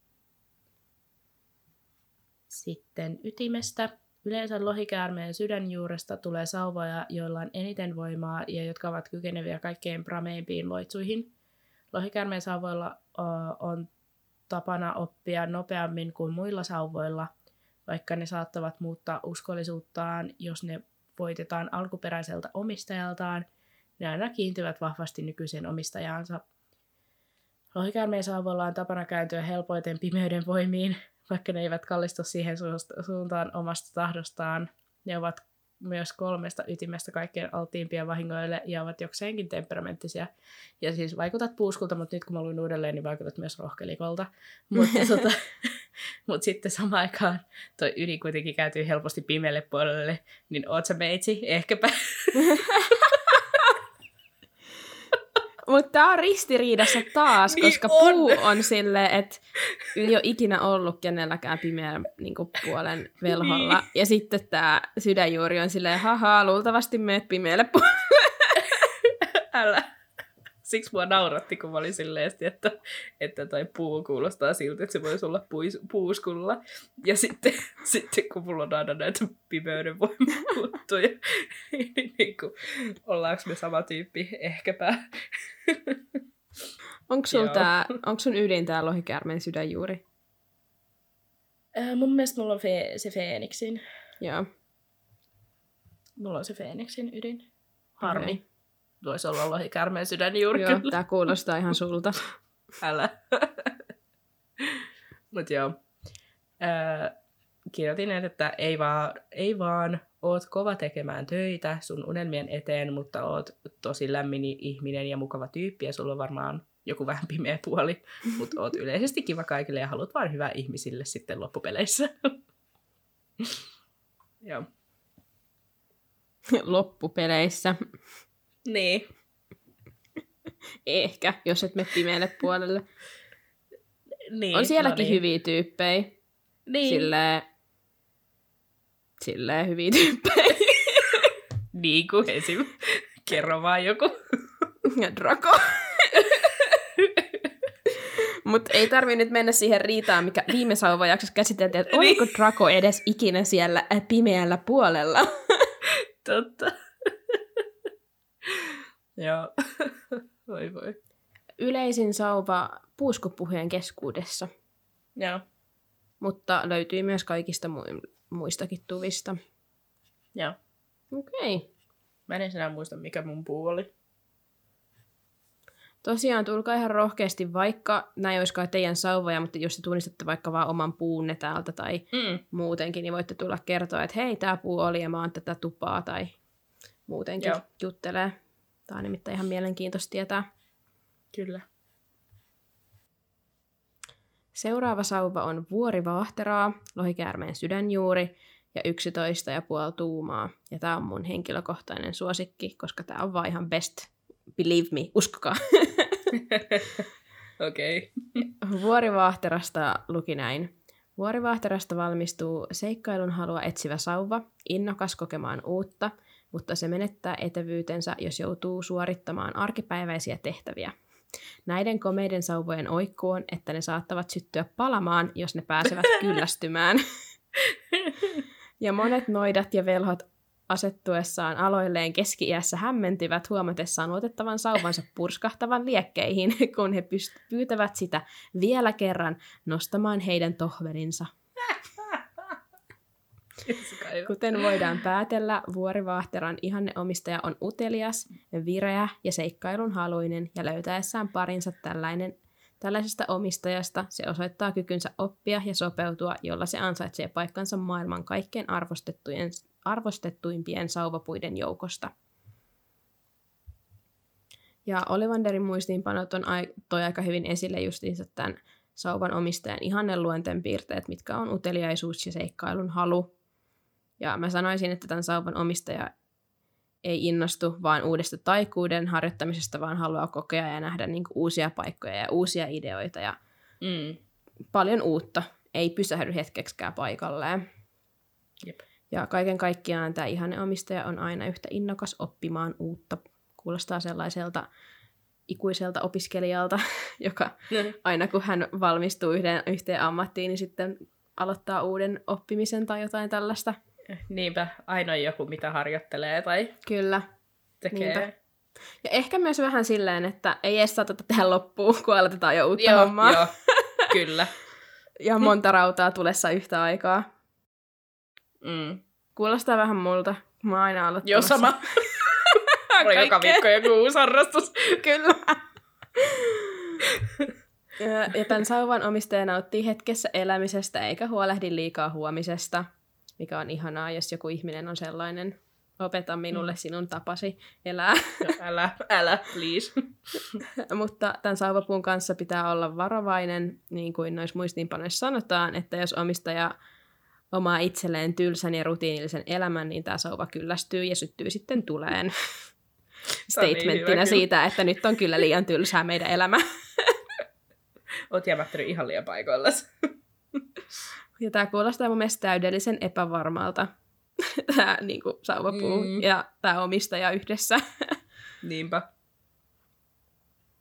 Sitten ytimestä. Yleensä lohikäärmeen sydänjuuresta tulee sauvoja, joilla on eniten voimaa ja jotka ovat kykeneviä kaikkein prameimpiin loitsuihin. Lohikäärmeen sauvoilla on tapana oppia nopeammin kuin muilla sauvoilla, vaikka ne saattavat muuttaa uskollisuuttaan, jos ne voitetaan alkuperäiseltä omistajaltaan, ne aina kiintyvät vahvasti nykyiseen omistajaansa. Lohikäärmeen sauvoilla on tapana kääntyä helpoiten pimeyden voimiin, vaikka ne eivät kallistu siihen suuntaan omasta tahdostaan. Ne ovat myös kolmesta ytimestä kaikkein alttiimpia vahingoille ja ovat jokseenkin temperamenttisia. Ja siis vaikutat puuskulta, mutta nyt kun mä luin uudelleen, niin vaikutat myös rohkelikolta. Mutta tota, mut sitten samaan aikaan toi ydin kuitenkin kääntyy helposti pimeälle puolelle, niin oot sä meitsi? Ehkäpä. Mutta tää on ristiriidassa taas, niin koska on. Puu on silleen, että ei ole ikinä ollut kenelläkään pimeän niin puolen velholla. Niin. Ja sitten tää sydänjuuri on silleen, haha, luultavasti meet pimeälle puolelle. Älä. siksi mua nauratti, kun mä olin silleen, että, että toi puu kuulostaa siltä, että se voisi olla puis, puuskulla. Ja sitten, sitten kun mulla on aina näitä pimeyden voimakuttuja, niin kuin, ollaanko me sama tyyppi? Ehkäpä. Onko sun ydin tää lohikäärmeen sydänjuuri? Äh, mun mielestä mulla on fe- se Feeniksin. Joo. Mulla on se Feeniksin ydin. Harmi. Okay. Voisi olla lohikäärmeen sydänjuuri. Joo, kyllä. Tää kuulostaa ihan sulta. Älä. Mut joo. Öö, kirjoitin, että ei vaan, ei vaan oot kova tekemään töitä sun unelmien eteen, mutta oot tosi lämmin ihminen ja mukava tyyppi ja sulla on varmaan joku vähän pimeä puoli, mutta oot yleisesti kiva kaikille ja haluat vaan hyvää ihmisille sitten loppupeleissä. Joo. Loppupeleissä. Niin. Ehkä, jos et mene pimeälle puolelle. Niin, on sielläkin no niin. hyviä tyyppejä. Niin. Silleen, silleen hyviä tyyppejä. Niin kuin esim. Kerro vaan joku. Draco. Mutta ei tarvii nyt mennä siihen riitaan, mikä viime sauvajaksossa käsiteltiin, että oliko Draco edes ikinä siellä pimeällä puolella. Totta. Joo. Voi voi. Yleisin sauva puuskupuhujen keskuudessa. Joo. Mutta löytyy myös kaikista mu- muistakin tuvista. Joo. Okei. Okay. Mä en enää muista, mikä mun puu oli. Tosiaan tulkaa ihan rohkeasti, vaikka näin olisikaan teidän sauvoja, mutta jos te tunnistatte vaikka vaan oman puunne täältä tai mm. muutenkin, niin voitte tulla kertoa, että hei, tää puu oli ja mä oon tätä tupaa tai muutenkin Joo. juttelee. Tää on nimittäin ihan mielenkiintoista tietää. Kyllä. Seuraava sauva on vuorivaahteraa, lohikäärmeen sydänjuuri ja yksitoista pilkku viisi tuumaa. Ja tää on mun henkilökohtainen suosikki, koska tää on vaan ihan best. Believe me, uskokaa. Okei. Okay. Vuorivaahterasta luki näin. Vuorivaahterasta valmistuu seikkailun halua etsivä sauva, innokas kokemaan uutta, mutta se menettää etävyytensä, jos joutuu suorittamaan arkipäiväisiä tehtäviä. Näiden komeiden sauvojen oikku on, että ne saattavat syttyä palamaan, jos ne pääsevät kyllästymään. Ja monet noidat ja velhot asettuessaan aloilleen keski-iässä hämmentyvät huomatessaan luotettavan sauvansa purskahtavan liekkeihin, kun he pyst- pyytävät sitä vielä kerran nostamaan heidän tohverinsa. Kuten voidaan päätellä, vuorivaahteran ihanneomistaja on utelias, vireä ja seikkailunhaluinen, ja löytäessään parinsa tällainen, tällaisesta omistajasta se osoittaa kykynsä oppia ja sopeutua, jolla se ansaitsee paikkansa maailman kaikkein arvostettujen, arvostettuimpien sauvapuiden joukosta. Ja Ollivanderin muistiinpanot on ai- toi aika hyvin esille justiinsa tämän sauvan omistajan ihanneluonteen piirteet, mitkä on uteliaisuus ja seikkailun halu. Ja mä sanoisin, että tämän sauvan omistaja ei innostu vaan uudesta taikuuden harjoittamisesta, vaan haluaa kokea ja nähdä niin kuin uusia paikkoja ja uusia ideoita ja mm. paljon uutta. Ei pysähdy hetkeksikään paikalleen. Jep. Ja kaiken kaikkiaan tämä ihanneomistaja on aina yhtä innokas oppimaan uutta. Kuulostaa sellaiselta ikuiselta opiskelijalta, joka mm. aina kun hän valmistuu yhteen, yhteen ammattiin, niin sitten aloittaa uuden oppimisen tai jotain tällaista. Niinpä, aina joku, mitä harjoittelee tai Kyllä. tekee. Niinpä. Ja ehkä myös vähän silleen, että ei edes saateta tehdä loppuun, kun aloitetaan jo uutta joo, hommaa. Joo, kyllä. Ja monta rautaa tulessa yhtä aikaa. Mm. Kuulostaa vähän multa. Mä oon aina aloittamassa. Joo, sama. Mulla joka viikko joku uusi harrastus. Kyllä. ja, ja tämän sauvan omistaja nauttii hetkessä elämisestä eikä huolehdi liikaa huomisesta, mikä on ihanaa, jos joku ihminen on sellainen. Opeta minulle mm. sinun tapasi elää. No, älä, älä, please. Mutta tämän sauvapuun kanssa pitää olla varovainen, niin kuin noissa muistiinpanoissa sanotaan, että jos omistaja omaa itselleen tylsän ja rutiinillisen elämän, niin tämä sauva kyllästyy ja syttyy sitten tuleen. Statementtina niin siitä, että nyt on kyllä liian tylsää meidän elämä. Oot jämähtänyt ihan liian paikoillas. Ja tämä kuulostaa mun mielestä täydellisen epävarmalta, tämä niin kuin sauvapuu mm. ja tämä omistaja yhdessä. Niinpä.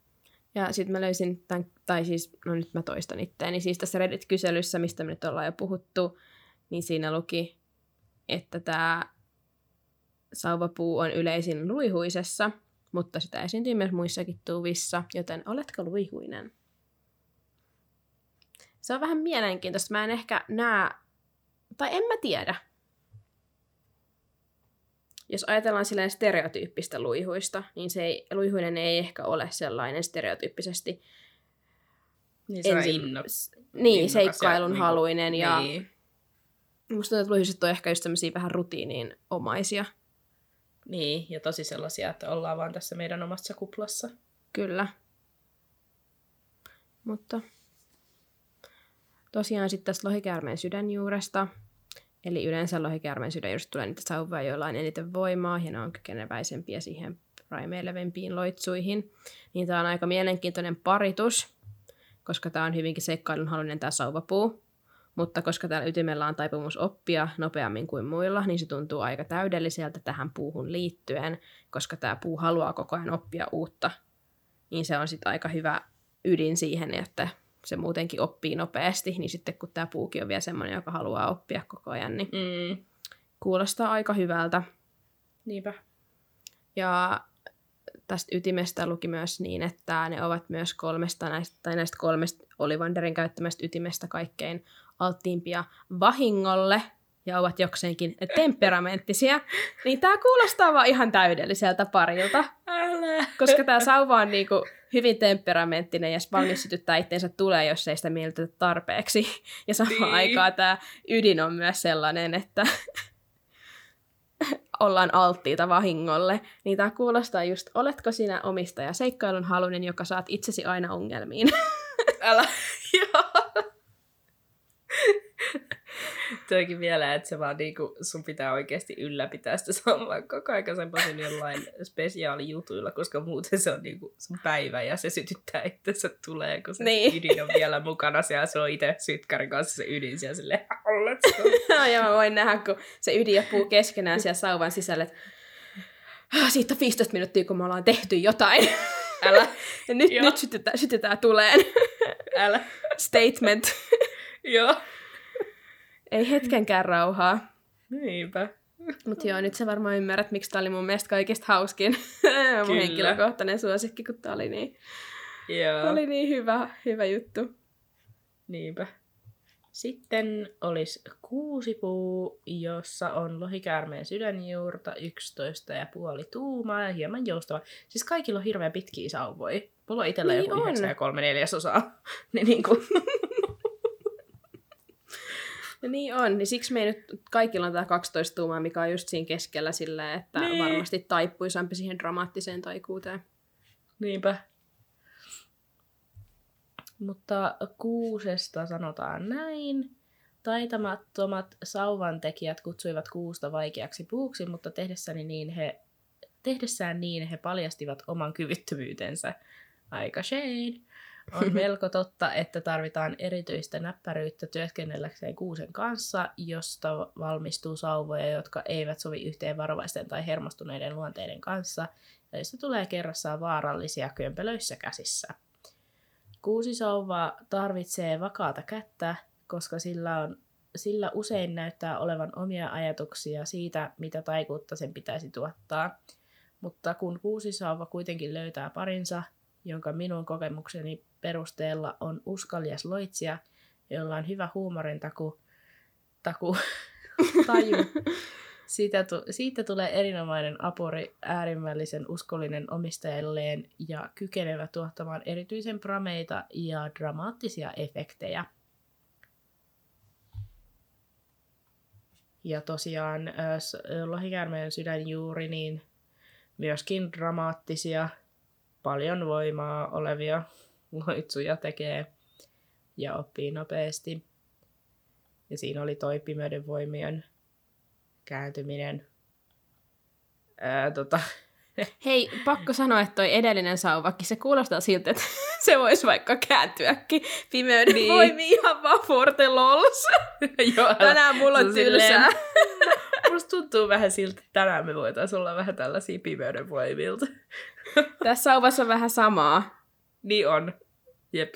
Ja sitten mä löysin tämän, tai siis, no nyt mä toistan itteeni, siis tässä Reddit-kyselyssä, mistä me nyt ollaan jo puhuttu, niin siinä luki, että tämä sauvapuu on yleisin luihuisessa, mutta sitä esiintyy myös muissakin tuvissa, joten oletko luihuinen? Se on vähän mielenkiintoista. Mä en ehkä näe, tai en mä tiedä. Jos ajatellaan silleen stereotyyppistä luihuista, niin se ei, luihuinen ei ehkä ole sellainen stereotyyppisesti niin, se ensin, inno, niin seikkailun haluinen. Niin. Ja musta tuntuu, että luihuiset on ehkä just sellaisia vähän rutiiniin omaisia. Niin, ja tosi sellaisia, että ollaan vaan tässä meidän omassa kuplassa. Kyllä. Mutta tosiaan sitten tästä lohikäärmeen sydänjuuresta. Eli yleensä lohikäärmeen sydänjuuresta tulee niitä sauvoja, joilla on eniten voimaa, ja ne on kykeneväisempiä siihen primeilevempiin loitsuihin. Niin tämä on aika mielenkiintoinen paritus, koska tämä on hyvinkin seikkailunhaluinen tämä sauvapuu. Mutta koska täällä ytimellä on taipumus oppia nopeammin kuin muilla, niin se tuntuu aika täydelliseltä tähän puuhun liittyen, koska tämä puu haluaa koko ajan oppia uutta. Niin se on sitten aika hyvä ydin siihen, että se muutenkin oppii nopeasti, niin sitten kun tämä puukin on vielä semmoinen, joka haluaa oppia koko ajan, niin mm. kuulostaa aika hyvältä. Niinpä. Ja tästä ytimestä luki myös niin, että ne ovat myös kolmesta näistä, tai näistä kolmesta Ollivanderin käyttämästä ytimestä kaikkein alttiimpia vahingolle, ja ovat jokseenkin temperamenttisia, niin tämä kuulostaa vaan ihan täydelliseltä parilta. Älä. Koska tämä sauva on niinku hyvin temperamenttinen ja valmis sytyttää itseensä tulee, jos ei sitä miellytetä tarpeeksi. Ja samaan niin. aikaan tämä ydin on myös sellainen, että ollaan alttiita vahingolle. Niin tämä kuulostaa just, oletko sinä omistaja seikkailun haluinen, joka saat itsesi aina ongelmiin? Älä, joo. Toikin vielä, että se vaan niinku, sun pitää oikeasti ylläpitää sitä samalla koko ajan semmoisen jollain spesiaalijutuilla, koska muuten se on niinku sun päivä ja se sytyttää itsensä tulee, kun se niin. ydin on vielä mukana siellä, se on itse sytkärin kanssa se ydin siellä silleen, let's go. No ja mä voin nähdä, kun se ydin ja puu keskenään siellä sauvan sisällä, että siitä on viisitoista minuuttia, kun me ollaan tehty jotain. Älä. Ja nyt, nyt sytytään, sytytään tuleen. Älä. Statement. Joo. Ei hetkenkään rauhaa. Niinpä. Mutta joo, nyt sä varmaan ymmärrät, miksi tää oli mun mielestä kaikista hauskin. Mun henkilökohtainen suosikki, kun tää oli niin, joo. oli niin hyvä, hyvä juttu. Niinpä. Sitten olisi kuusipuu, jossa on lohikäärmeen sydänjuurta, yksitoista ja puoli tuumaa ja hieman joustava. Siis kaikilla on hirveän pitkiä sauvoja. Mulla on itsellä niin joku yhdeksän ja kolme neljäsosaa. niin niinku... Ja niin on, niin siksi me nyt kaikilla on tämä kaksitoista tuumaa, mikä on just siinä keskellä silleen, että niin. varmasti taippuisampi siihen dramaattiseen taikuuteen. Niinpä. Mutta kuusesta sanotaan näin. Taitamattomat sauvantekijät kutsuivat kuusta vaikeaksi puuksi, mutta tehdessään niin he, tehdessään niin he paljastivat oman kyvyttömyytensä. Aika shade. On melko totta, että tarvitaan erityistä näppäryyttä työskennelläkseen kuusen kanssa, josta valmistuu sauvoja, jotka eivät sovi yhteen varovaisten tai hermostuneiden luonteiden kanssa, ja joista tulee kerrassaan vaarallisia kömpelöissä käsissä. Kuusisauva tarvitsee vakaata kättä, koska sillä, on, sillä usein näyttää olevan omia ajatuksia siitä, mitä taikuutta sen pitäisi tuottaa. Mutta kun kuusisauva kuitenkin löytää parinsa, jonka minun kokemukseni perusteella on uskalias loitsija, jolla on hyvä huumorintaku, taku, taju. Siitä, tu, siitä tulee erinomainen apuri, äärimmäisen uskollinen omistajalleen ja kykenevä tuottamaan erityisen prameita ja dramaattisia efektejä. Ja tosiaan lohikäärmeen sydänjuuri, niin myöskin dramaattisia, paljon voimaa olevia loitsuja tekee ja oppii nopeasti. Ja siinä oli toi pimeyden voimien kääntyminen. Ää, tota. Hei, pakko sanoa, että toi edellinen sauvakin, se kuulostaa siltä, että se voisi vaikka kääntyäkin pimeyden niin. voimiin ihan vaan forte lols. Tänään mulla on tylsää. Musta tuntuu vähän siltä, että tänään me voitaisiin olla vähän tällaisia pimeyden voimilta. Tässä sauvassa on vähän samaa. Niin on. Jep.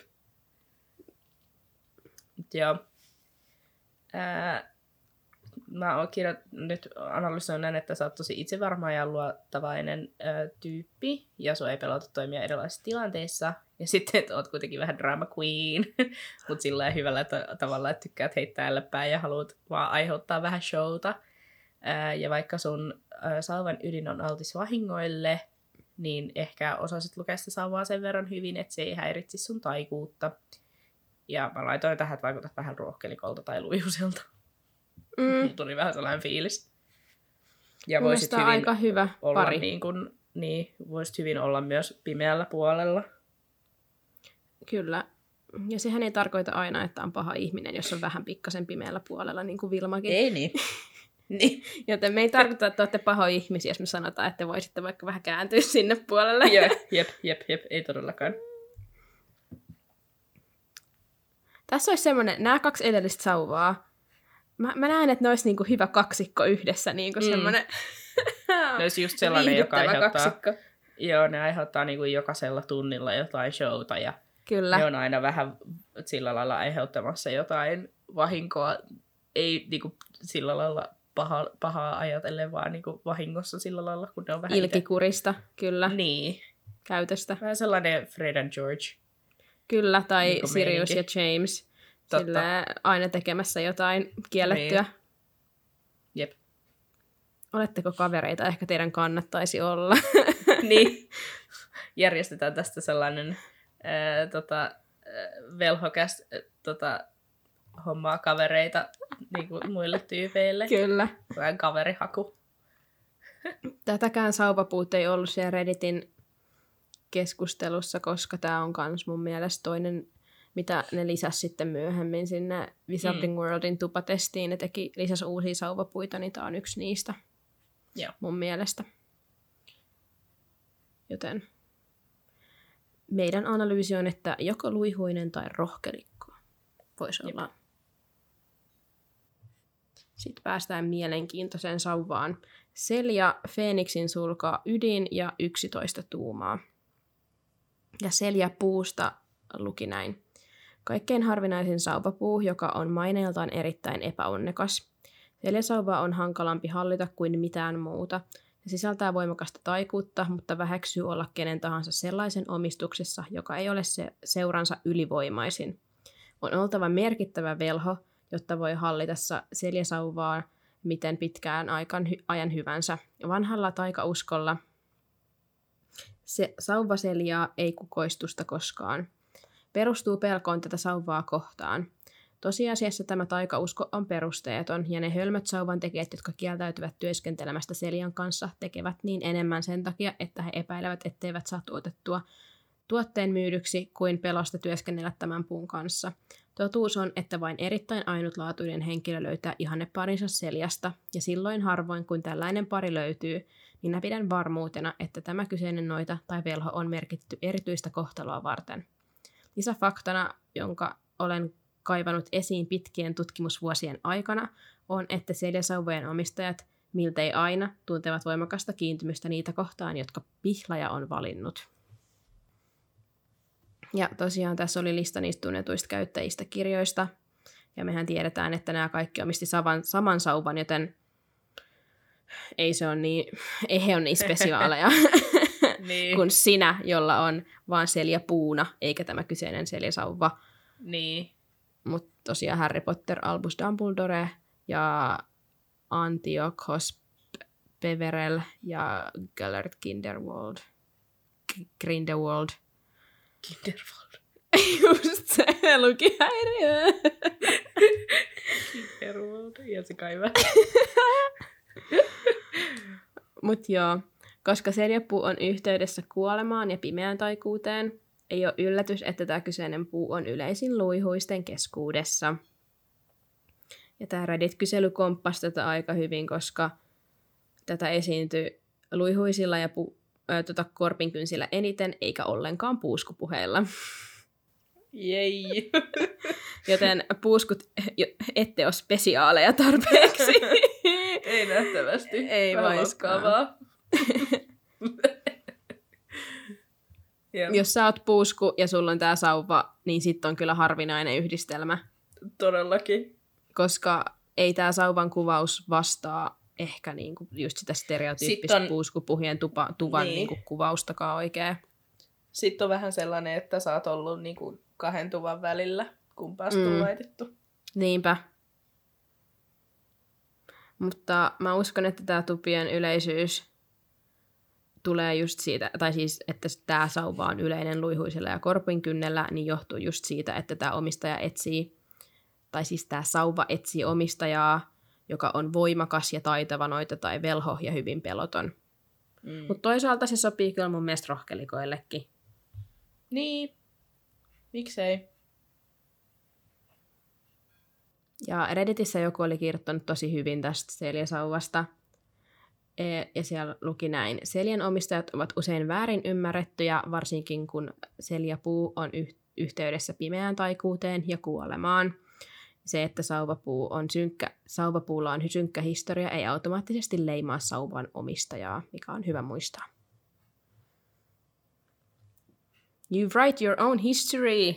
Joo. Ää, mä oon kirjo... nyt analysoin näin, että sä oot tosi itsevarma ja luottavainen ää, tyyppi, ja sua ei pelota toimia erilaisissa tilanteissa. Ja sitten, että oot kuitenkin vähän drama queen, mutta sillä hyvällä t- tavalla, että tykkäät heittää ällöpää ja haluat vaan aiheuttaa vähän showta. Ää, ja vaikka sun ää, sauvan ydin on altis vahingoille, niin ehkä osasit lukea sitä sauvaa sen verran hyvin, että se ei häiritsisi sun taikuutta. Ja mä laitoin tähän, että vaikutat vähän rohkelikolta tai luihuselta. Mm. Mulla tuli vähän sellainen fiilis. Ja voisit hyvin aika hyvä olla pari. Niin, kun, niin voisit hyvin olla myös pimeällä puolella. Kyllä. Ja sehän ei tarkoita aina, että on paha ihminen, jos on vähän pikkasen pimeällä puolella, niin kuin Vilmakin. Ei niin. niin. Joten me ei tarkoita, että olette pahoja ihmisiä, jos me sanotaan, että voisitte vaikka vähän kääntyä sinne puolelle. jep, jep, jep, jep, ei todellakaan. Tässä olisi semmoinen, nämä kaksi edellistä sauvaa, mä, mä näen, että ne olisi niinku hyvä kaksikko yhdessä, niinku mm. semmoinen ne olisi just sellainen, joka aiheuttaa, kaksikko. Joo, ne aiheuttaa niinku jokaisella tunnilla jotain showta, ja Kyllä. ne on aina vähän sillä lailla aiheuttamassa jotain vahinkoa, ei niinku sillä lailla paha, pahaa ajatellen, vaan niinku vahingossa sillä lailla, kun ne on vähän ilkikurista, ite... kyllä, niin. käytöstä. Vähän sellainen Fred and George. Kyllä, tai niin Sirius ja James. Sillä aina tekemässä jotain kiellettyä. Niin. Jep. Oletteko kavereita? Ehkä teidän kannattaisi olla. niin. Järjestetään tästä sellainen ää, tota, velhokäs ää, tota, hommaa kavereita niin kuin muille tyypeille. Kyllä. Vähän kaverihaku. Tätäkään sauvapuut ei ollut siellä Redditin keskustelussa, koska tämä on kans mun mielestä toinen, mitä ne lisäsi sitten myöhemmin sinne Wizarding mm. Worldin tupatestiin. Ne teki, lisäsi uusia sauvapuita, niin tämä on yksi niistä Joo. mun mielestä. Joten meidän analyysi on, että joko luihuinen tai rohkelikko voisi Jep. olla. Sitten päästään mielenkiintoiseen sauvaan. Selja Feeniksin sulkaa ydin ja yksitoista tuumaa. Ja Selja puusta luki näin. Kaikkein harvinaisin sauvapuu, joka on maineeltaan erittäin epäonnekas. Seljasauva on hankalampi hallita kuin mitään muuta. Se sisältää voimakasta taikuutta, mutta väheksyy olla kenen tahansa sellaisen omistuksessa, joka ei ole se seuransa ylivoimaisin. On oltava merkittävä velho, jotta voi hallita seljasauvaa miten pitkään aikan, ajan hyvänsä. Vanhalla taikauskolla se sauvaseljaa ei kukoistusta koskaan. Perustuu pelkoon tätä sauvaa kohtaan. Tosiasiassa tämä taikausko on perusteeton, ja ne hölmöt sauvan tekijät, jotka kieltäytyvät työskentelemästä seljan kanssa, tekevät niin enemmän sen takia, että he epäilevät, etteivät saa tuotettua tuotteen myydyksi kuin pelosta työskennellä tämän puun kanssa. Totuus on, että vain erittäin ainutlaatuinen henkilö löytää ihanneparinsa seljasta, ja silloin harvoin kun tällainen pari löytyy, minä pidän varmuutena, että tämä kyseinen noita tai velho on merkitty erityistä kohtaloa varten. Lisäfaktana, jonka olen kaivannut esiin pitkien tutkimusvuosien aikana, on, että seljasauvojen omistajat miltei aina tuntevat voimakasta kiintymystä niitä kohtaan, jotka pihlaja on valinnut. Ja tosiaan tässä oli lista niistä tunnetuista käyttäjistä kirjoista, ja mehän tiedetään, että nämä kaikki omisti saman, saman sauvan, joten ei, se on niin, ei he ole niin spesiaaleja niin. kuin sinä, jolla on vaan seljapuuna, eikä tämä kyseinen seljasauva. Niin. Mutta tosiaan Harry Potter, Albus Dumbledore ja Antiochos Peverell ja Gellert Grindelwald. Grindelwald. Grindelwald. Just se, lukihäiriö. Grindelwald, ja se kaiva. Mut joo, koska seljapuu on yhteydessä kuolemaan ja pimeään taikuuteen, ei ole yllätys, että tämä kyseinen puu on yleisin luihuisten keskuudessa. Ja tämä Reddit-kysely komppasi tätä aika hyvin, koska tätä esiintyi luihuisilla ja pu- äh, tota korpinkynsillä eniten, eikä ollenkaan puuskupuheilla. Jei. Joten puuskut ette ole spesiaaleja tarpeeksi. Ei nähtävästi. Ei vaiskaan. Joo. Jos sä oot puusku ja sulla on tää sauva, niin sit on kyllä harvinainen yhdistelmä. Todellakin. Koska ei tää sauvan kuvaus vastaa ehkä niinku just sitä stereotyyppistä on... puuskupuhien tupa, tuvan niin. niinku kuvaustakaan oikein. Sitten on vähän sellainen, että sä oot ollut niinku kahden tuvan välillä, kumpaasta mm. on laitettu. Niinpä. Mutta mä uskon, että tää tupien yleisyys tulee just siitä, tai siis, että tää sauva on yleinen luihuisella ja korpinkynnellä, niin johtuu just siitä, että tää omistaja etsii, tai siis tää sauva etsii omistajaa, joka on voimakas ja taitava noita tai velho ja hyvin peloton. Mm. Mutta toisaalta se sopii kyllä mun mielestä rohkelikoillekin. Niin, miksei? Ja Redditissä joku oli kirjoittanut tosi hyvin tästä Celia-sauvasta. Ja siellä luki näin. Celian omistajat ovat usein väärin ymmärrettyjä, varsinkin kun Celia-puu on yh- yhteydessä pimeään taikuuteen ja kuolemaan. Se, että sauvapuu on synkkä, sauvapuulla on synkkä historia, ei automaattisesti leimaa sauvan omistajaa, mikä on hyvä muistaa. You write your own history!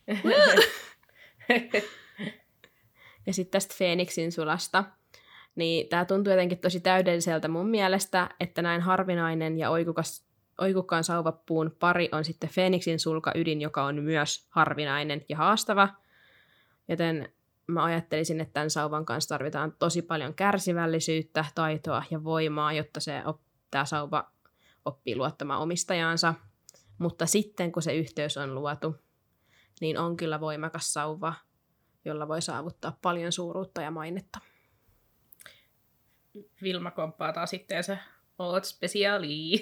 Ja sitten tästä Feeniksin sulasta. Niin tää tuntuu jotenkin tosi täydelliseltä mun mielestä, että näin harvinainen ja oikukas, oikukkaan sauvapuun pari on sitten Feeniksin sulka ydin, joka on myös harvinainen ja haastava. Joten mä ajattelisin, että tämän sauvan kanssa tarvitaan tosi paljon kärsivällisyyttä, taitoa ja voimaa, jotta se op- tämä sauva oppii luottamaan omistajaansa. Mutta sitten, kun se yhteys on luotu, niin on kyllä voimakas sauva, jolla voi saavuttaa paljon suuruutta ja mainetta. Vilma komppaa taas itteensä. Oot spesiaali.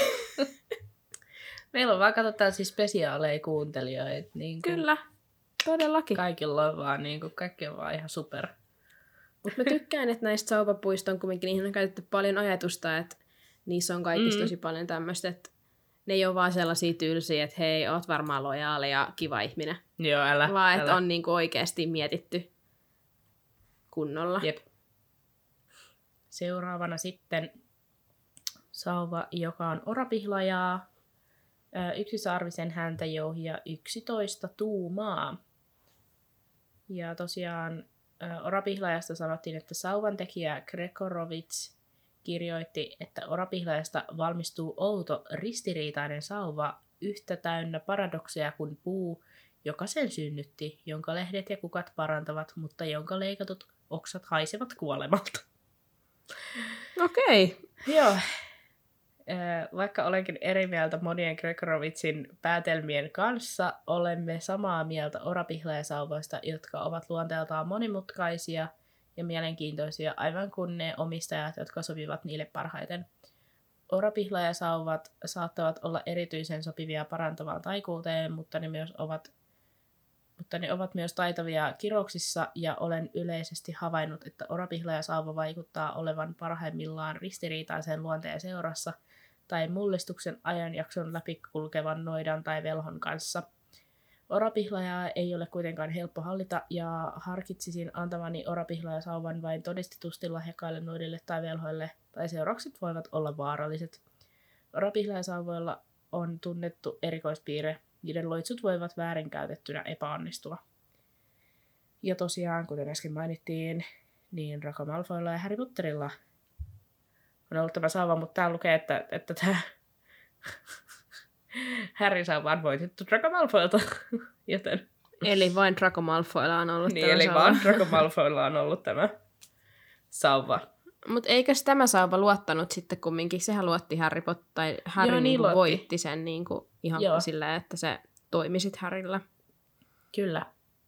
Meillä on vaan katsotaan siis spesiaaleja kuuntelijoita. Niin kyllä, todellakin. Kaikilla on vaan, niin kuin, kaikki on vaan ihan super. Mutta mä tykkään, että näistä sauvapuista on kuitenkin, niihin on käytetty paljon ajatusta, että niissä on kaikista mm. tosi paljon tämmöistä, että ne ei ole vaan sellaisia tylsiä, että hei, oot varmaan lojaali ja kiva ihminen. Joo, älä. Vaan, että on niinku oikeasti mietitty kunnolla. Jep. Seuraavana sitten sauva, joka on orapihlajaa, yksisarvisen häntäjouhi ja yksitoista tuumaa. Ja tosiaan orapihlajasta sanottiin, että sauvantekijä Gregorovits kirjoitti, että orapihlajasta valmistuu outo ristiriitainen sauva yhtä täynnä paradokseja kuin puu, joka sen synnytti, jonka lehdet ja kukat parantavat, mutta jonka leikatut oksat haisevat kuolemalta. Okei. Okay. Joo. Vaikka olenkin eri mieltä monien Gregorovitsin päätelmien kanssa, olemme samaa mieltä orapihlajasauvoista, jotka ovat luonteeltaan monimutkaisia ja mielenkiintoisia, aivan kuin ne omistajat, jotka sopivat niille parhaiten. Orapihlajasauvat saattavat olla erityisen sopivia parantavaan taikuuteen, mutta ne, myös ovat, mutta ne ovat myös taitavia kirouksissa, ja olen yleisesti havainnut, että orapihlajasauva vaikuttaa olevan parhaimmillaan ristiriitaisen luonteen seurassa tai mullistuksen ajanjakson läpi kulkevan noidan tai velhon kanssa. Orapihlajaa ei ole kuitenkaan helppo hallita, ja harkitsisin antavani orapihlajasauvan vain todistetusti lahjakkaille noidille tai velhoille, tai seuraukset voivat olla vaaralliset. Orapihlajasauvoilla on tunnettu erikoispiirre, niiden loitsut voivat väärinkäytettynä epäonnistua. Ja tosiaan, kuten äsken mainittiin, niin Draco Malfoylla ja Harry Potterilla on ollut tämä sauva, mutta täällä lukee, että, että tämä Harry sauva on voitettu Draco Malfoylta, joten... Eli vain Draco Malfoylla on ollut niin, tämä eli sauva. vaan Draco Malfoylla on ollut tämä sauva. Mutta eikös tämä sauva luottanut sitten kumminkin? Sehän luotti Harry Potter, tai Harry Joo, niin niinku luotti. voitti sen niinku ihan Joo. sillä, että se toimi sit Harryllä. Kyllä.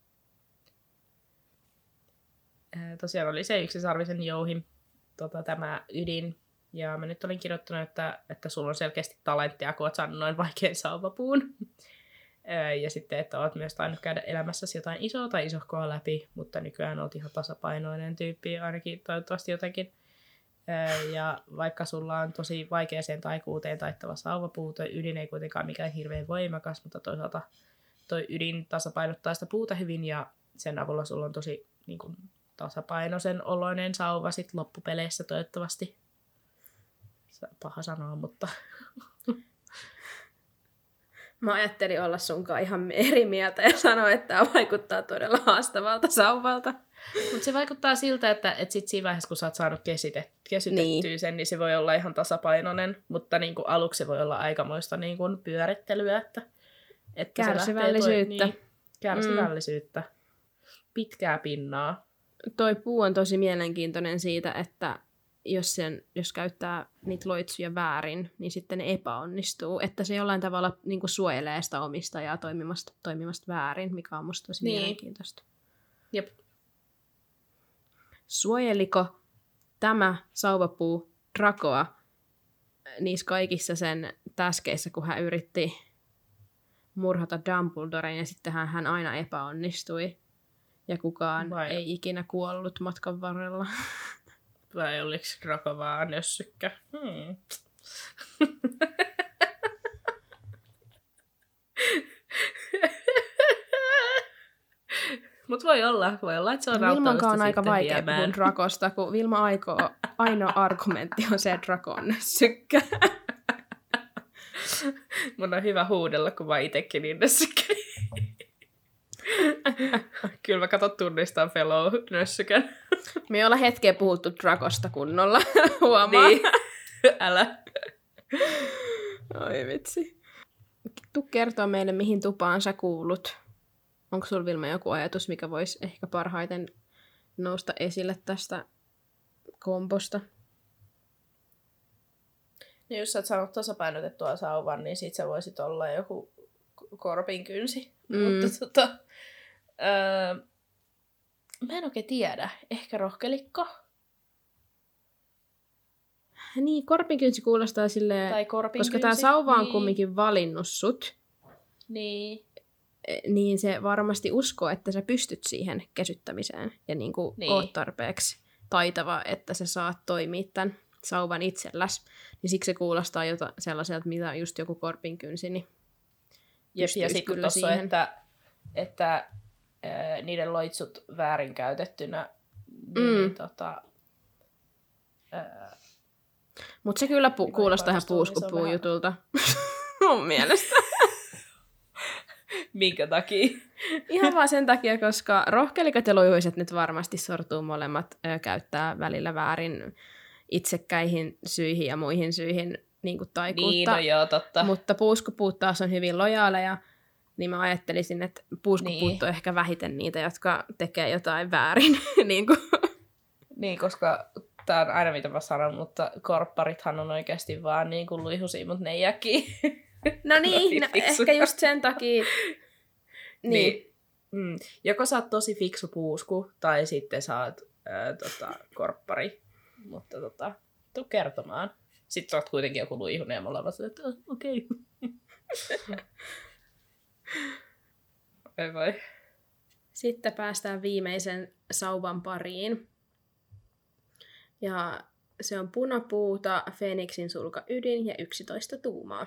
Ää, tosiaan oli se yksisarvisen jouhi, tota, tämä ydin. Ja mä nyt olin kirjoittanut, että, että sulla on selkeästi talenttia, kun oot saanut noin vaikean sauvapuun. Ää, ja sitten, että oot myös tainnut käydä elämässäsi jotain isoa tai isohkoa läpi, mutta nykyään oot ihan tasapainoinen tyyppi, ainakin toivottavasti jotenkin. Ää, ja vaikka sulla on tosi vaikeaseen taikuuteen taittava sauvapuu, toi ydin ei kuitenkaan mikään hirveän voimakas, mutta toisaalta toi ydin tasapainottaa sitä puuta hyvin, ja sen avulla sulla on tosi niin kuin, tasapainoisen oloinen sauva sit loppupeleissä toivottavasti. Paha sanoa, mutta... Mä ajattelin olla sunkaan ihan eri mieltä ja sanoa, että tämä vaikuttaa todella haastavalta sauvalta. Mutta se vaikuttaa siltä, että, että sit siinä vaiheessa, kun sä oot saanut kesytet, kesytettyä niin. sen, niin se voi olla ihan tasapainoinen, mutta niin kuin aluksi se voi olla aikamoista niin kuin pyörittelyä. Että, että kärsivällisyyttä. Toi, niin, kärsivällisyyttä. Mm. Pitkää pinnaa. Toi puu on tosi mielenkiintoinen siitä, että jos, sen, jos käyttää niitä loitsuja väärin, niin sitten ne epäonnistuu. Että se jollain tavalla niin kuin suojelee sitä omistajaa toimimasta, toimimasta väärin, mikä on musta tosi niin. mielenkiintoista. Jep. Suojeliko tämä sauvapuu Dracoa niissä kaikissa sen täskeissä, kun hän yritti murhata Dumbledoren ja sitten hän, hän aina epäonnistui ja kukaan Vai... ei ikinä kuollut matkan varrella? Vai oliko Draco vaan nössykkä? Hmm. Mut voi olla, voi olla, että se on no, Vilmankaan on aika vaikea puhua Dracosta, kun Vilma aikoo, ainoa argumentti on se, että Draco on nössykkä. Mun on hyvä huudella, kun mä itekin niin nössykkä. Kyllä mä katot tunnistan fellow nössykän. Me ei olla hetkeä puhuttu Dracosta kunnolla, huomaa. Niin, älä. Oi vitsi. Tuu kertoa meille, mihin tupaan sä kuulut. Onko sulla, Vilma, joku ajatus, mikä voisi ehkä parhaiten nousta esille tästä kombosta? No, jos sä oot saanut tasapainotettua sauvan, niin sit sä voisit olla joku korpinkynsi. Mm. Mutta tota, öö, mä en oikein tiedä. Ehkä rohkelikko? Niin, korpinkynsi kuulostaa silleen, tai korpinkynsi, koska tää sauva on niin. kumminkin valinnut sut. Niin. Niin se varmasti uskoo, että sä pystyt siihen kesyttämiseen ja niin kuin niin. oot tarpeeksi taitava, että sä saat toimia tämän sauvan itselläs. Niin siksi se kuulostaa jota, sellaiselta, mitä just joku korpinkynsi, niin Jep, ja sitten tuossa, että, että ää, niiden loitsut väärinkäytettynä, niin mm. tota... Mutta se kyllä pu- kuulostaa ihan puuskupuu jutulta, mun mielestä. Minkä takia? Ihan vaan sen takia, koska rohkelikat ja luihuiset nyt varmasti sortuu molemmat ö, käyttää välillä väärin itsekkäihin syihin ja muihin syihin niin kuin taikuutta. Niin, no joo, totta. Mutta puuskupuut taas on hyvin lojaaleja, niin mä ajattelisin, että puuskupuut niin. on ehkä vähiten niitä, jotka tekee jotain väärin. niin, kuin. Niin, koska tää on aina mitä mä sanon, mutta korpparithan on oikeasti vaan niin kuin luihusia, mutta ne ei jäki. No niin, no, ehkä just sen takia. Niin. niin. Mm. Joko sä oot tosi fiksu puusku, tai sitten sä oot ää, tota, korppari. Mutta tota, tuu kertomaan. Sitten sä oot kuitenkin joku luihunen ja me ollaan vasta, että okei. Okay. Ei vai. Sitten päästään viimeisen sauvan pariin. Ja se on punapuuta, Feeniksin sulka ydin ja yksitoista tuumaa.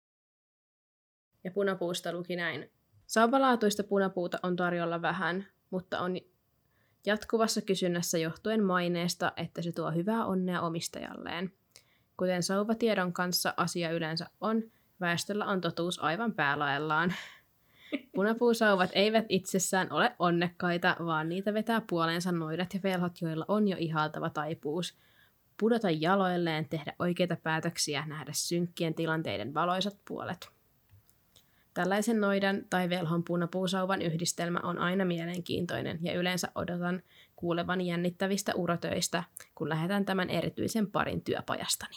Ja punapuusta luki näin. Sauvalaatuista punapuuta on tarjolla vähän, mutta on jatkuvassa kysynnässä johtuen maineesta, että se tuo hyvää onnea omistajalleen. Kuten sauvatiedon kanssa asia yleensä on, väestöllä on totuus aivan päälaellaan. Punapuusauvat eivät itsessään ole onnekkaita, vaan niitä vetää puoleensa noidat ja velhot, joilla on jo ihaltava taipuus. Pudota jaloilleen, tehdä oikeita päätöksiä, nähdä synkkien tilanteiden valoisat puolet. Tällaisen noidan tai velhon punapuusauvan yhdistelmä on aina mielenkiintoinen ja yleensä odotan kuulevan jännittävistä urotöistä, kun lähetän tämän erityisen parin työpajastani.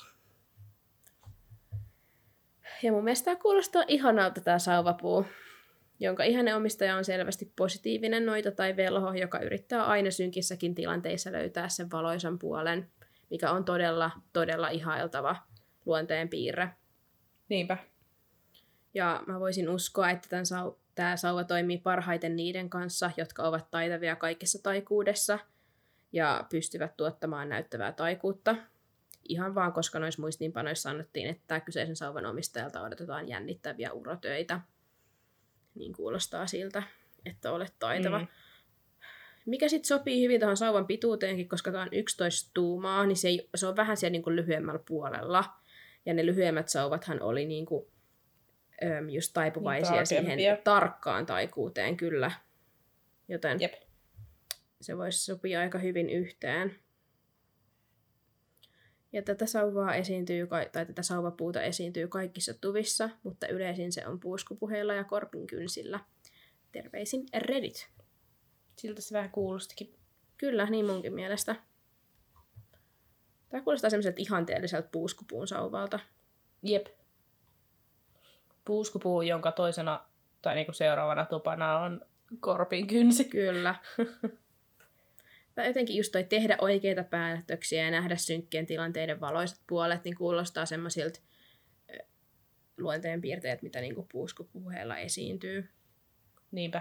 Ja mun mielestä tämä kuulostaa ihanalta tämä sauvapuu, jonka ihanne omistaja on selvästi positiivinen noita tai velho, joka yrittää aina synkissäkin tilanteissa löytää sen valoisan puolen, mikä on todella, todella ihailtava luonteen piirre. Niinpä. Ja mä voisin uskoa, että tämän sau- tämä sauva toimii parhaiten niiden kanssa, jotka ovat taitavia kaikessa taikuudessa ja pystyvät tuottamaan näyttävää taikuutta. Ihan vaan, koska noissa muistiinpanoissa annettiin, että tämä kyseisen sauvan omistajalta odotetaan jännittäviä urotöitä. Niin kuulostaa siltä, että olet taitava. Mm. Mikä sitten sopii hyvin tuohon sauvan pituuteenkin, koska tämä on yksitoista tuumaa, niin se, ei, se on vähän siellä niin kuin lyhyemmällä puolella. Ja ne lyhyemmät sauvathan oli niin kuin äm, just taipuvaisia niin siihen tarkkaan taikuuteen kyllä. Joten Jep. se voisi sopia aika hyvin yhteen. Ja tätä sauvaa esiintyy, tai tätä sauvapuuta esiintyy kaikissa tuvissa, mutta yleisin se on puuskupuheilla ja korpinkynsillä. Terveisin Reddit. Siltä se vähän kuulostikin. Kyllä, niin munkin mielestä. Tämä kuulostaa semmoiselta ihanteelliselta puuskupuun sauvalta. Jep. Puuskupuu, jonka toisena tai niinku seuraavana tupana on korpinkynsi. Kyllä. Tai jotenkin just toi tehdä oikeita päätöksiä ja nähdä synkkien tilanteiden valoiset puolet, niin kuulostaa semmoisilta luonteenpiirteet, mitä niinku puuskupuheella esiintyy. Niinpä.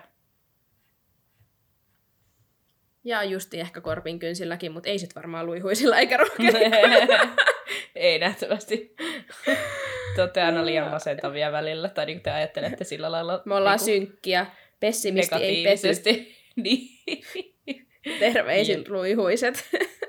Ja justi ehkä korpinkynsilläkin, mutta ei sit varmaan luihuisilla eikä rohkeilla. Ei nähtävästi. Te olette aina liian masentavia välillä, tai niin kuin te ajattelette sillä lailla. Me ollaan niin synkkiä. Pessimisti ei pessy. Niin. Terveisin Jep. luihuiset.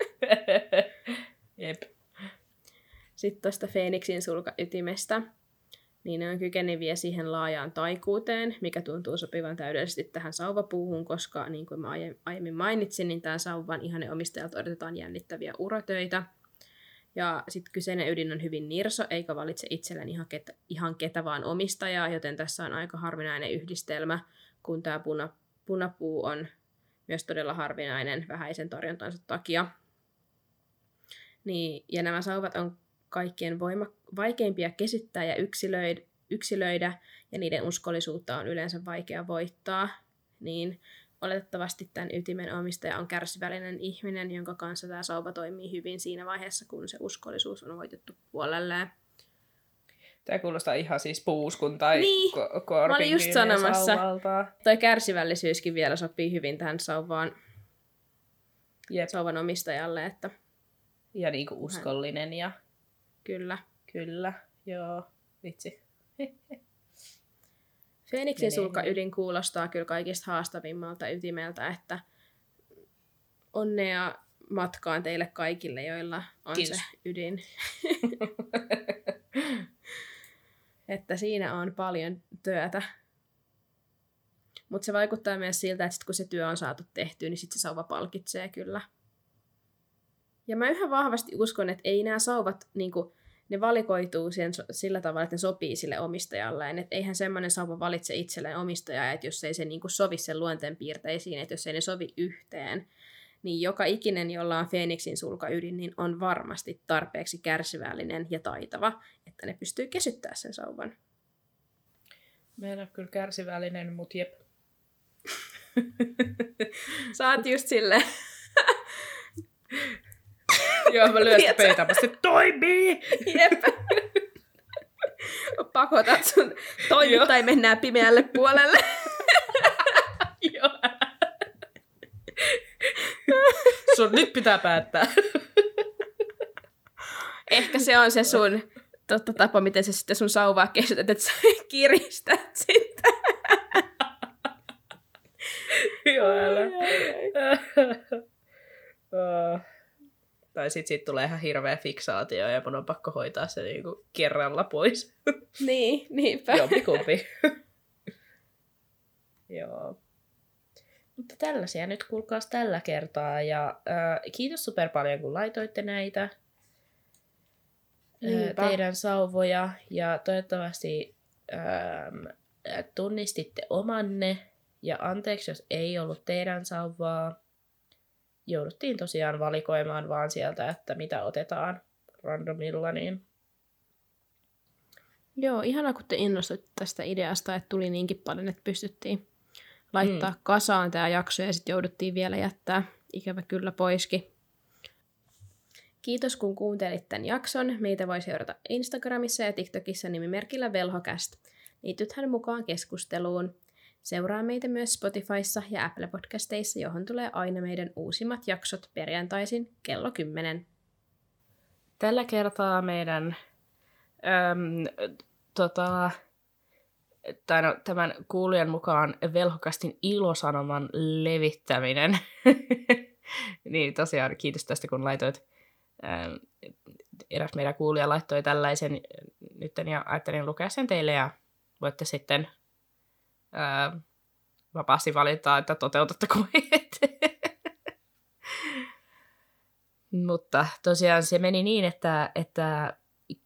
Jep. Sitten tuosta Feeniksin sulkaytimestä. Niin ne on kykeneviä siihen laajaan taikuuteen, mikä tuntuu sopivan täydellisesti tähän sauvapuuhun, koska niin kuin mä aiemmin mainitsin, niin tämän sauvan ihanne omistajalta odotetaan jännittäviä uratöitä. Ja sitten kyseinen ydin on hyvin nirso, eikä valitse itselleen ihan ketä, ihan ketä vaan omistajaa, joten tässä on aika harvinainen yhdistelmä, kun tämä puna, punapuu on myös todella harvinainen vähäisen tarjontansa takia. Niin, ja nämä sauvat on kaikkien voima, vaikeimpia kesyttää ja yksilöidä, yksilöidä, ja niiden uskollisuutta on yleensä vaikea voittaa. Niin oletettavasti tämän ytimen omistaja on kärsivällinen ihminen, jonka kanssa tämä sauva toimii hyvin siinä vaiheessa, kun se uskollisuus on voitettu puolelleen. Tämä kuulostaa ihan siis puuskun tai niin. ko- korpin Mä olin just sanomassa. Sauvalta. Toi kärsivällisyyskin vielä sopii hyvin tähän sauvaan, Jep. sauvan omistajalle. Että ja niinku uskollinen ja... Kyllä. Kyllä, joo. Vitsi. Feeniksin sulkaydin kuulostaa kyllä kaikista haastavimmalta ytimeltä, että onnea matkaan teille kaikille, joilla on Kiitos. Se ydin. Että siinä on paljon työtä. Mutta se vaikuttaa myös siltä, että sit kun se työ on saatu tehtyä, niin sitten se sauva palkitsee kyllä. Ja mä yhä vahvasti uskon, että ei nämä sauvat, niinku, ne valikoituu siihen sillä tavalla, että ne sopii sille omistajalleen. Että eihän semmoinen sauva valitse itselleen omistajaa, että jos ei se niinku sovi sen luonteenpiirteisiin, että jos ei ne sovi yhteen, niin joka ikinen, jolla on Feeniksin sulkaydin, niin on varmasti tarpeeksi kärsivällinen ja taitava, että ne pystyy kesyttämään sen sauvan. Mä en ole kyllä kärsivällinen, mut jep. Sä oot just silleen. Joo, mä lyön sitä pöytään, se toimii! Jep. Pakotat sun toimia tai mennään pimeälle puolelle. Joo. Sun nyt pitää päättää. Ehkä se on se sun totta tapa, miten sä sitten sun sauvaa kesytät, että sä kiristät sitä. Joo, älä. Tai sit siitä tulee ihan hirveä fiksaatio ja mun on pakko hoitaa se niinku kerralla pois. Niin, niinpä. Jompikumpi. Joo. Mutta tällaisia nyt kuulkaas tällä kertaa. Ja äh, kiitos super paljon, kun laitoitte näitä äh, teidän sauvoja. Ja toivottavasti äh, tunnistitte omanne. Ja anteeksi, jos ei ollut teidän sauvaa. Jouduttiin tosiaan valikoimaan vaan sieltä, että mitä otetaan randomilla. Niin... Joo, ihanaa kun te innostuitte tästä ideasta, että tuli niinkin paljon, että pystyttiin laittaa mm. kasaan tämä jakso ja sitten jouduttiin vielä jättää ikävä kyllä poiskin. Kiitos kun kuuntelit tämän jakson. Meitä voi seurata Instagramissa ja TikTokissa nimimerkillä velhocast. Liitythän mukaan keskusteluun. Seuraa meitä myös Spotifyssa ja Apple Podcasteissa, johon tulee aina meidän uusimmat jaksot perjantaisin kello kymmenen. Tällä kertaa meidän äm, tota, tai no, tämän kuulijan mukaan velhokastin ilosanoman levittäminen. Niin tosiaan kiitos tästä, kun laitoit. Ähm, eräs meidän kuulija laittoi tällaisen nytten ja ajattelin lukea sen teille ja voitte sitten ää, vapaasti valita, että toteutatteko vai ette. Mutta tosiaan se meni niin, että, että,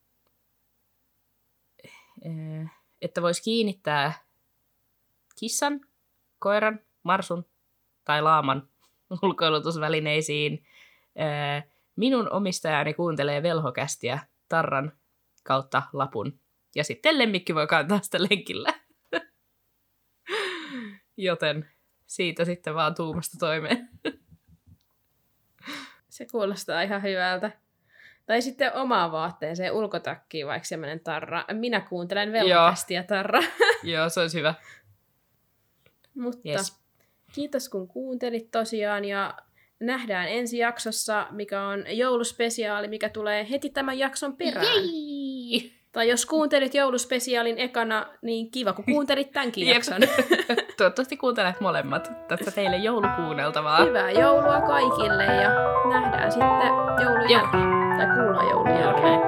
että voisi kiinnittää kissan, koiran, marsun tai laaman ulkoilutusvälineisiin. Minun omistajani kuuntelee velhokästiä tarran kautta lapun. Ja sitten lemmikki voi kantaa sitä lenkillä. Joten siitä sitten vaan tuumasta toimeen. Se kuulostaa ihan hyvältä. Tai sitten omaan vaatteeseen ulkotakkiin vaikka semmoinen tarra. Minä kuuntelen velhokästiä tarra. Joo, se olisi hyvä. Mutta Yes. kiitos kun kuuntelit tosiaan ja nähdään ensi jaksossa, mikä on jouluspesiaali, mikä tulee heti tämän jakson perään. Jei! Tai jos kuuntelit jouluspesiaalin ekana, niin kiva kun kuuntelit tämänkin Jep. jakson. Toivottavasti kuuntelet molemmat. Tässä teille joulukuunneltavaa. Hyvää joulua kaikille ja nähdään sitten joulun Joo. jälkeen. Tai kuullaan joulun jälkeen. Okay.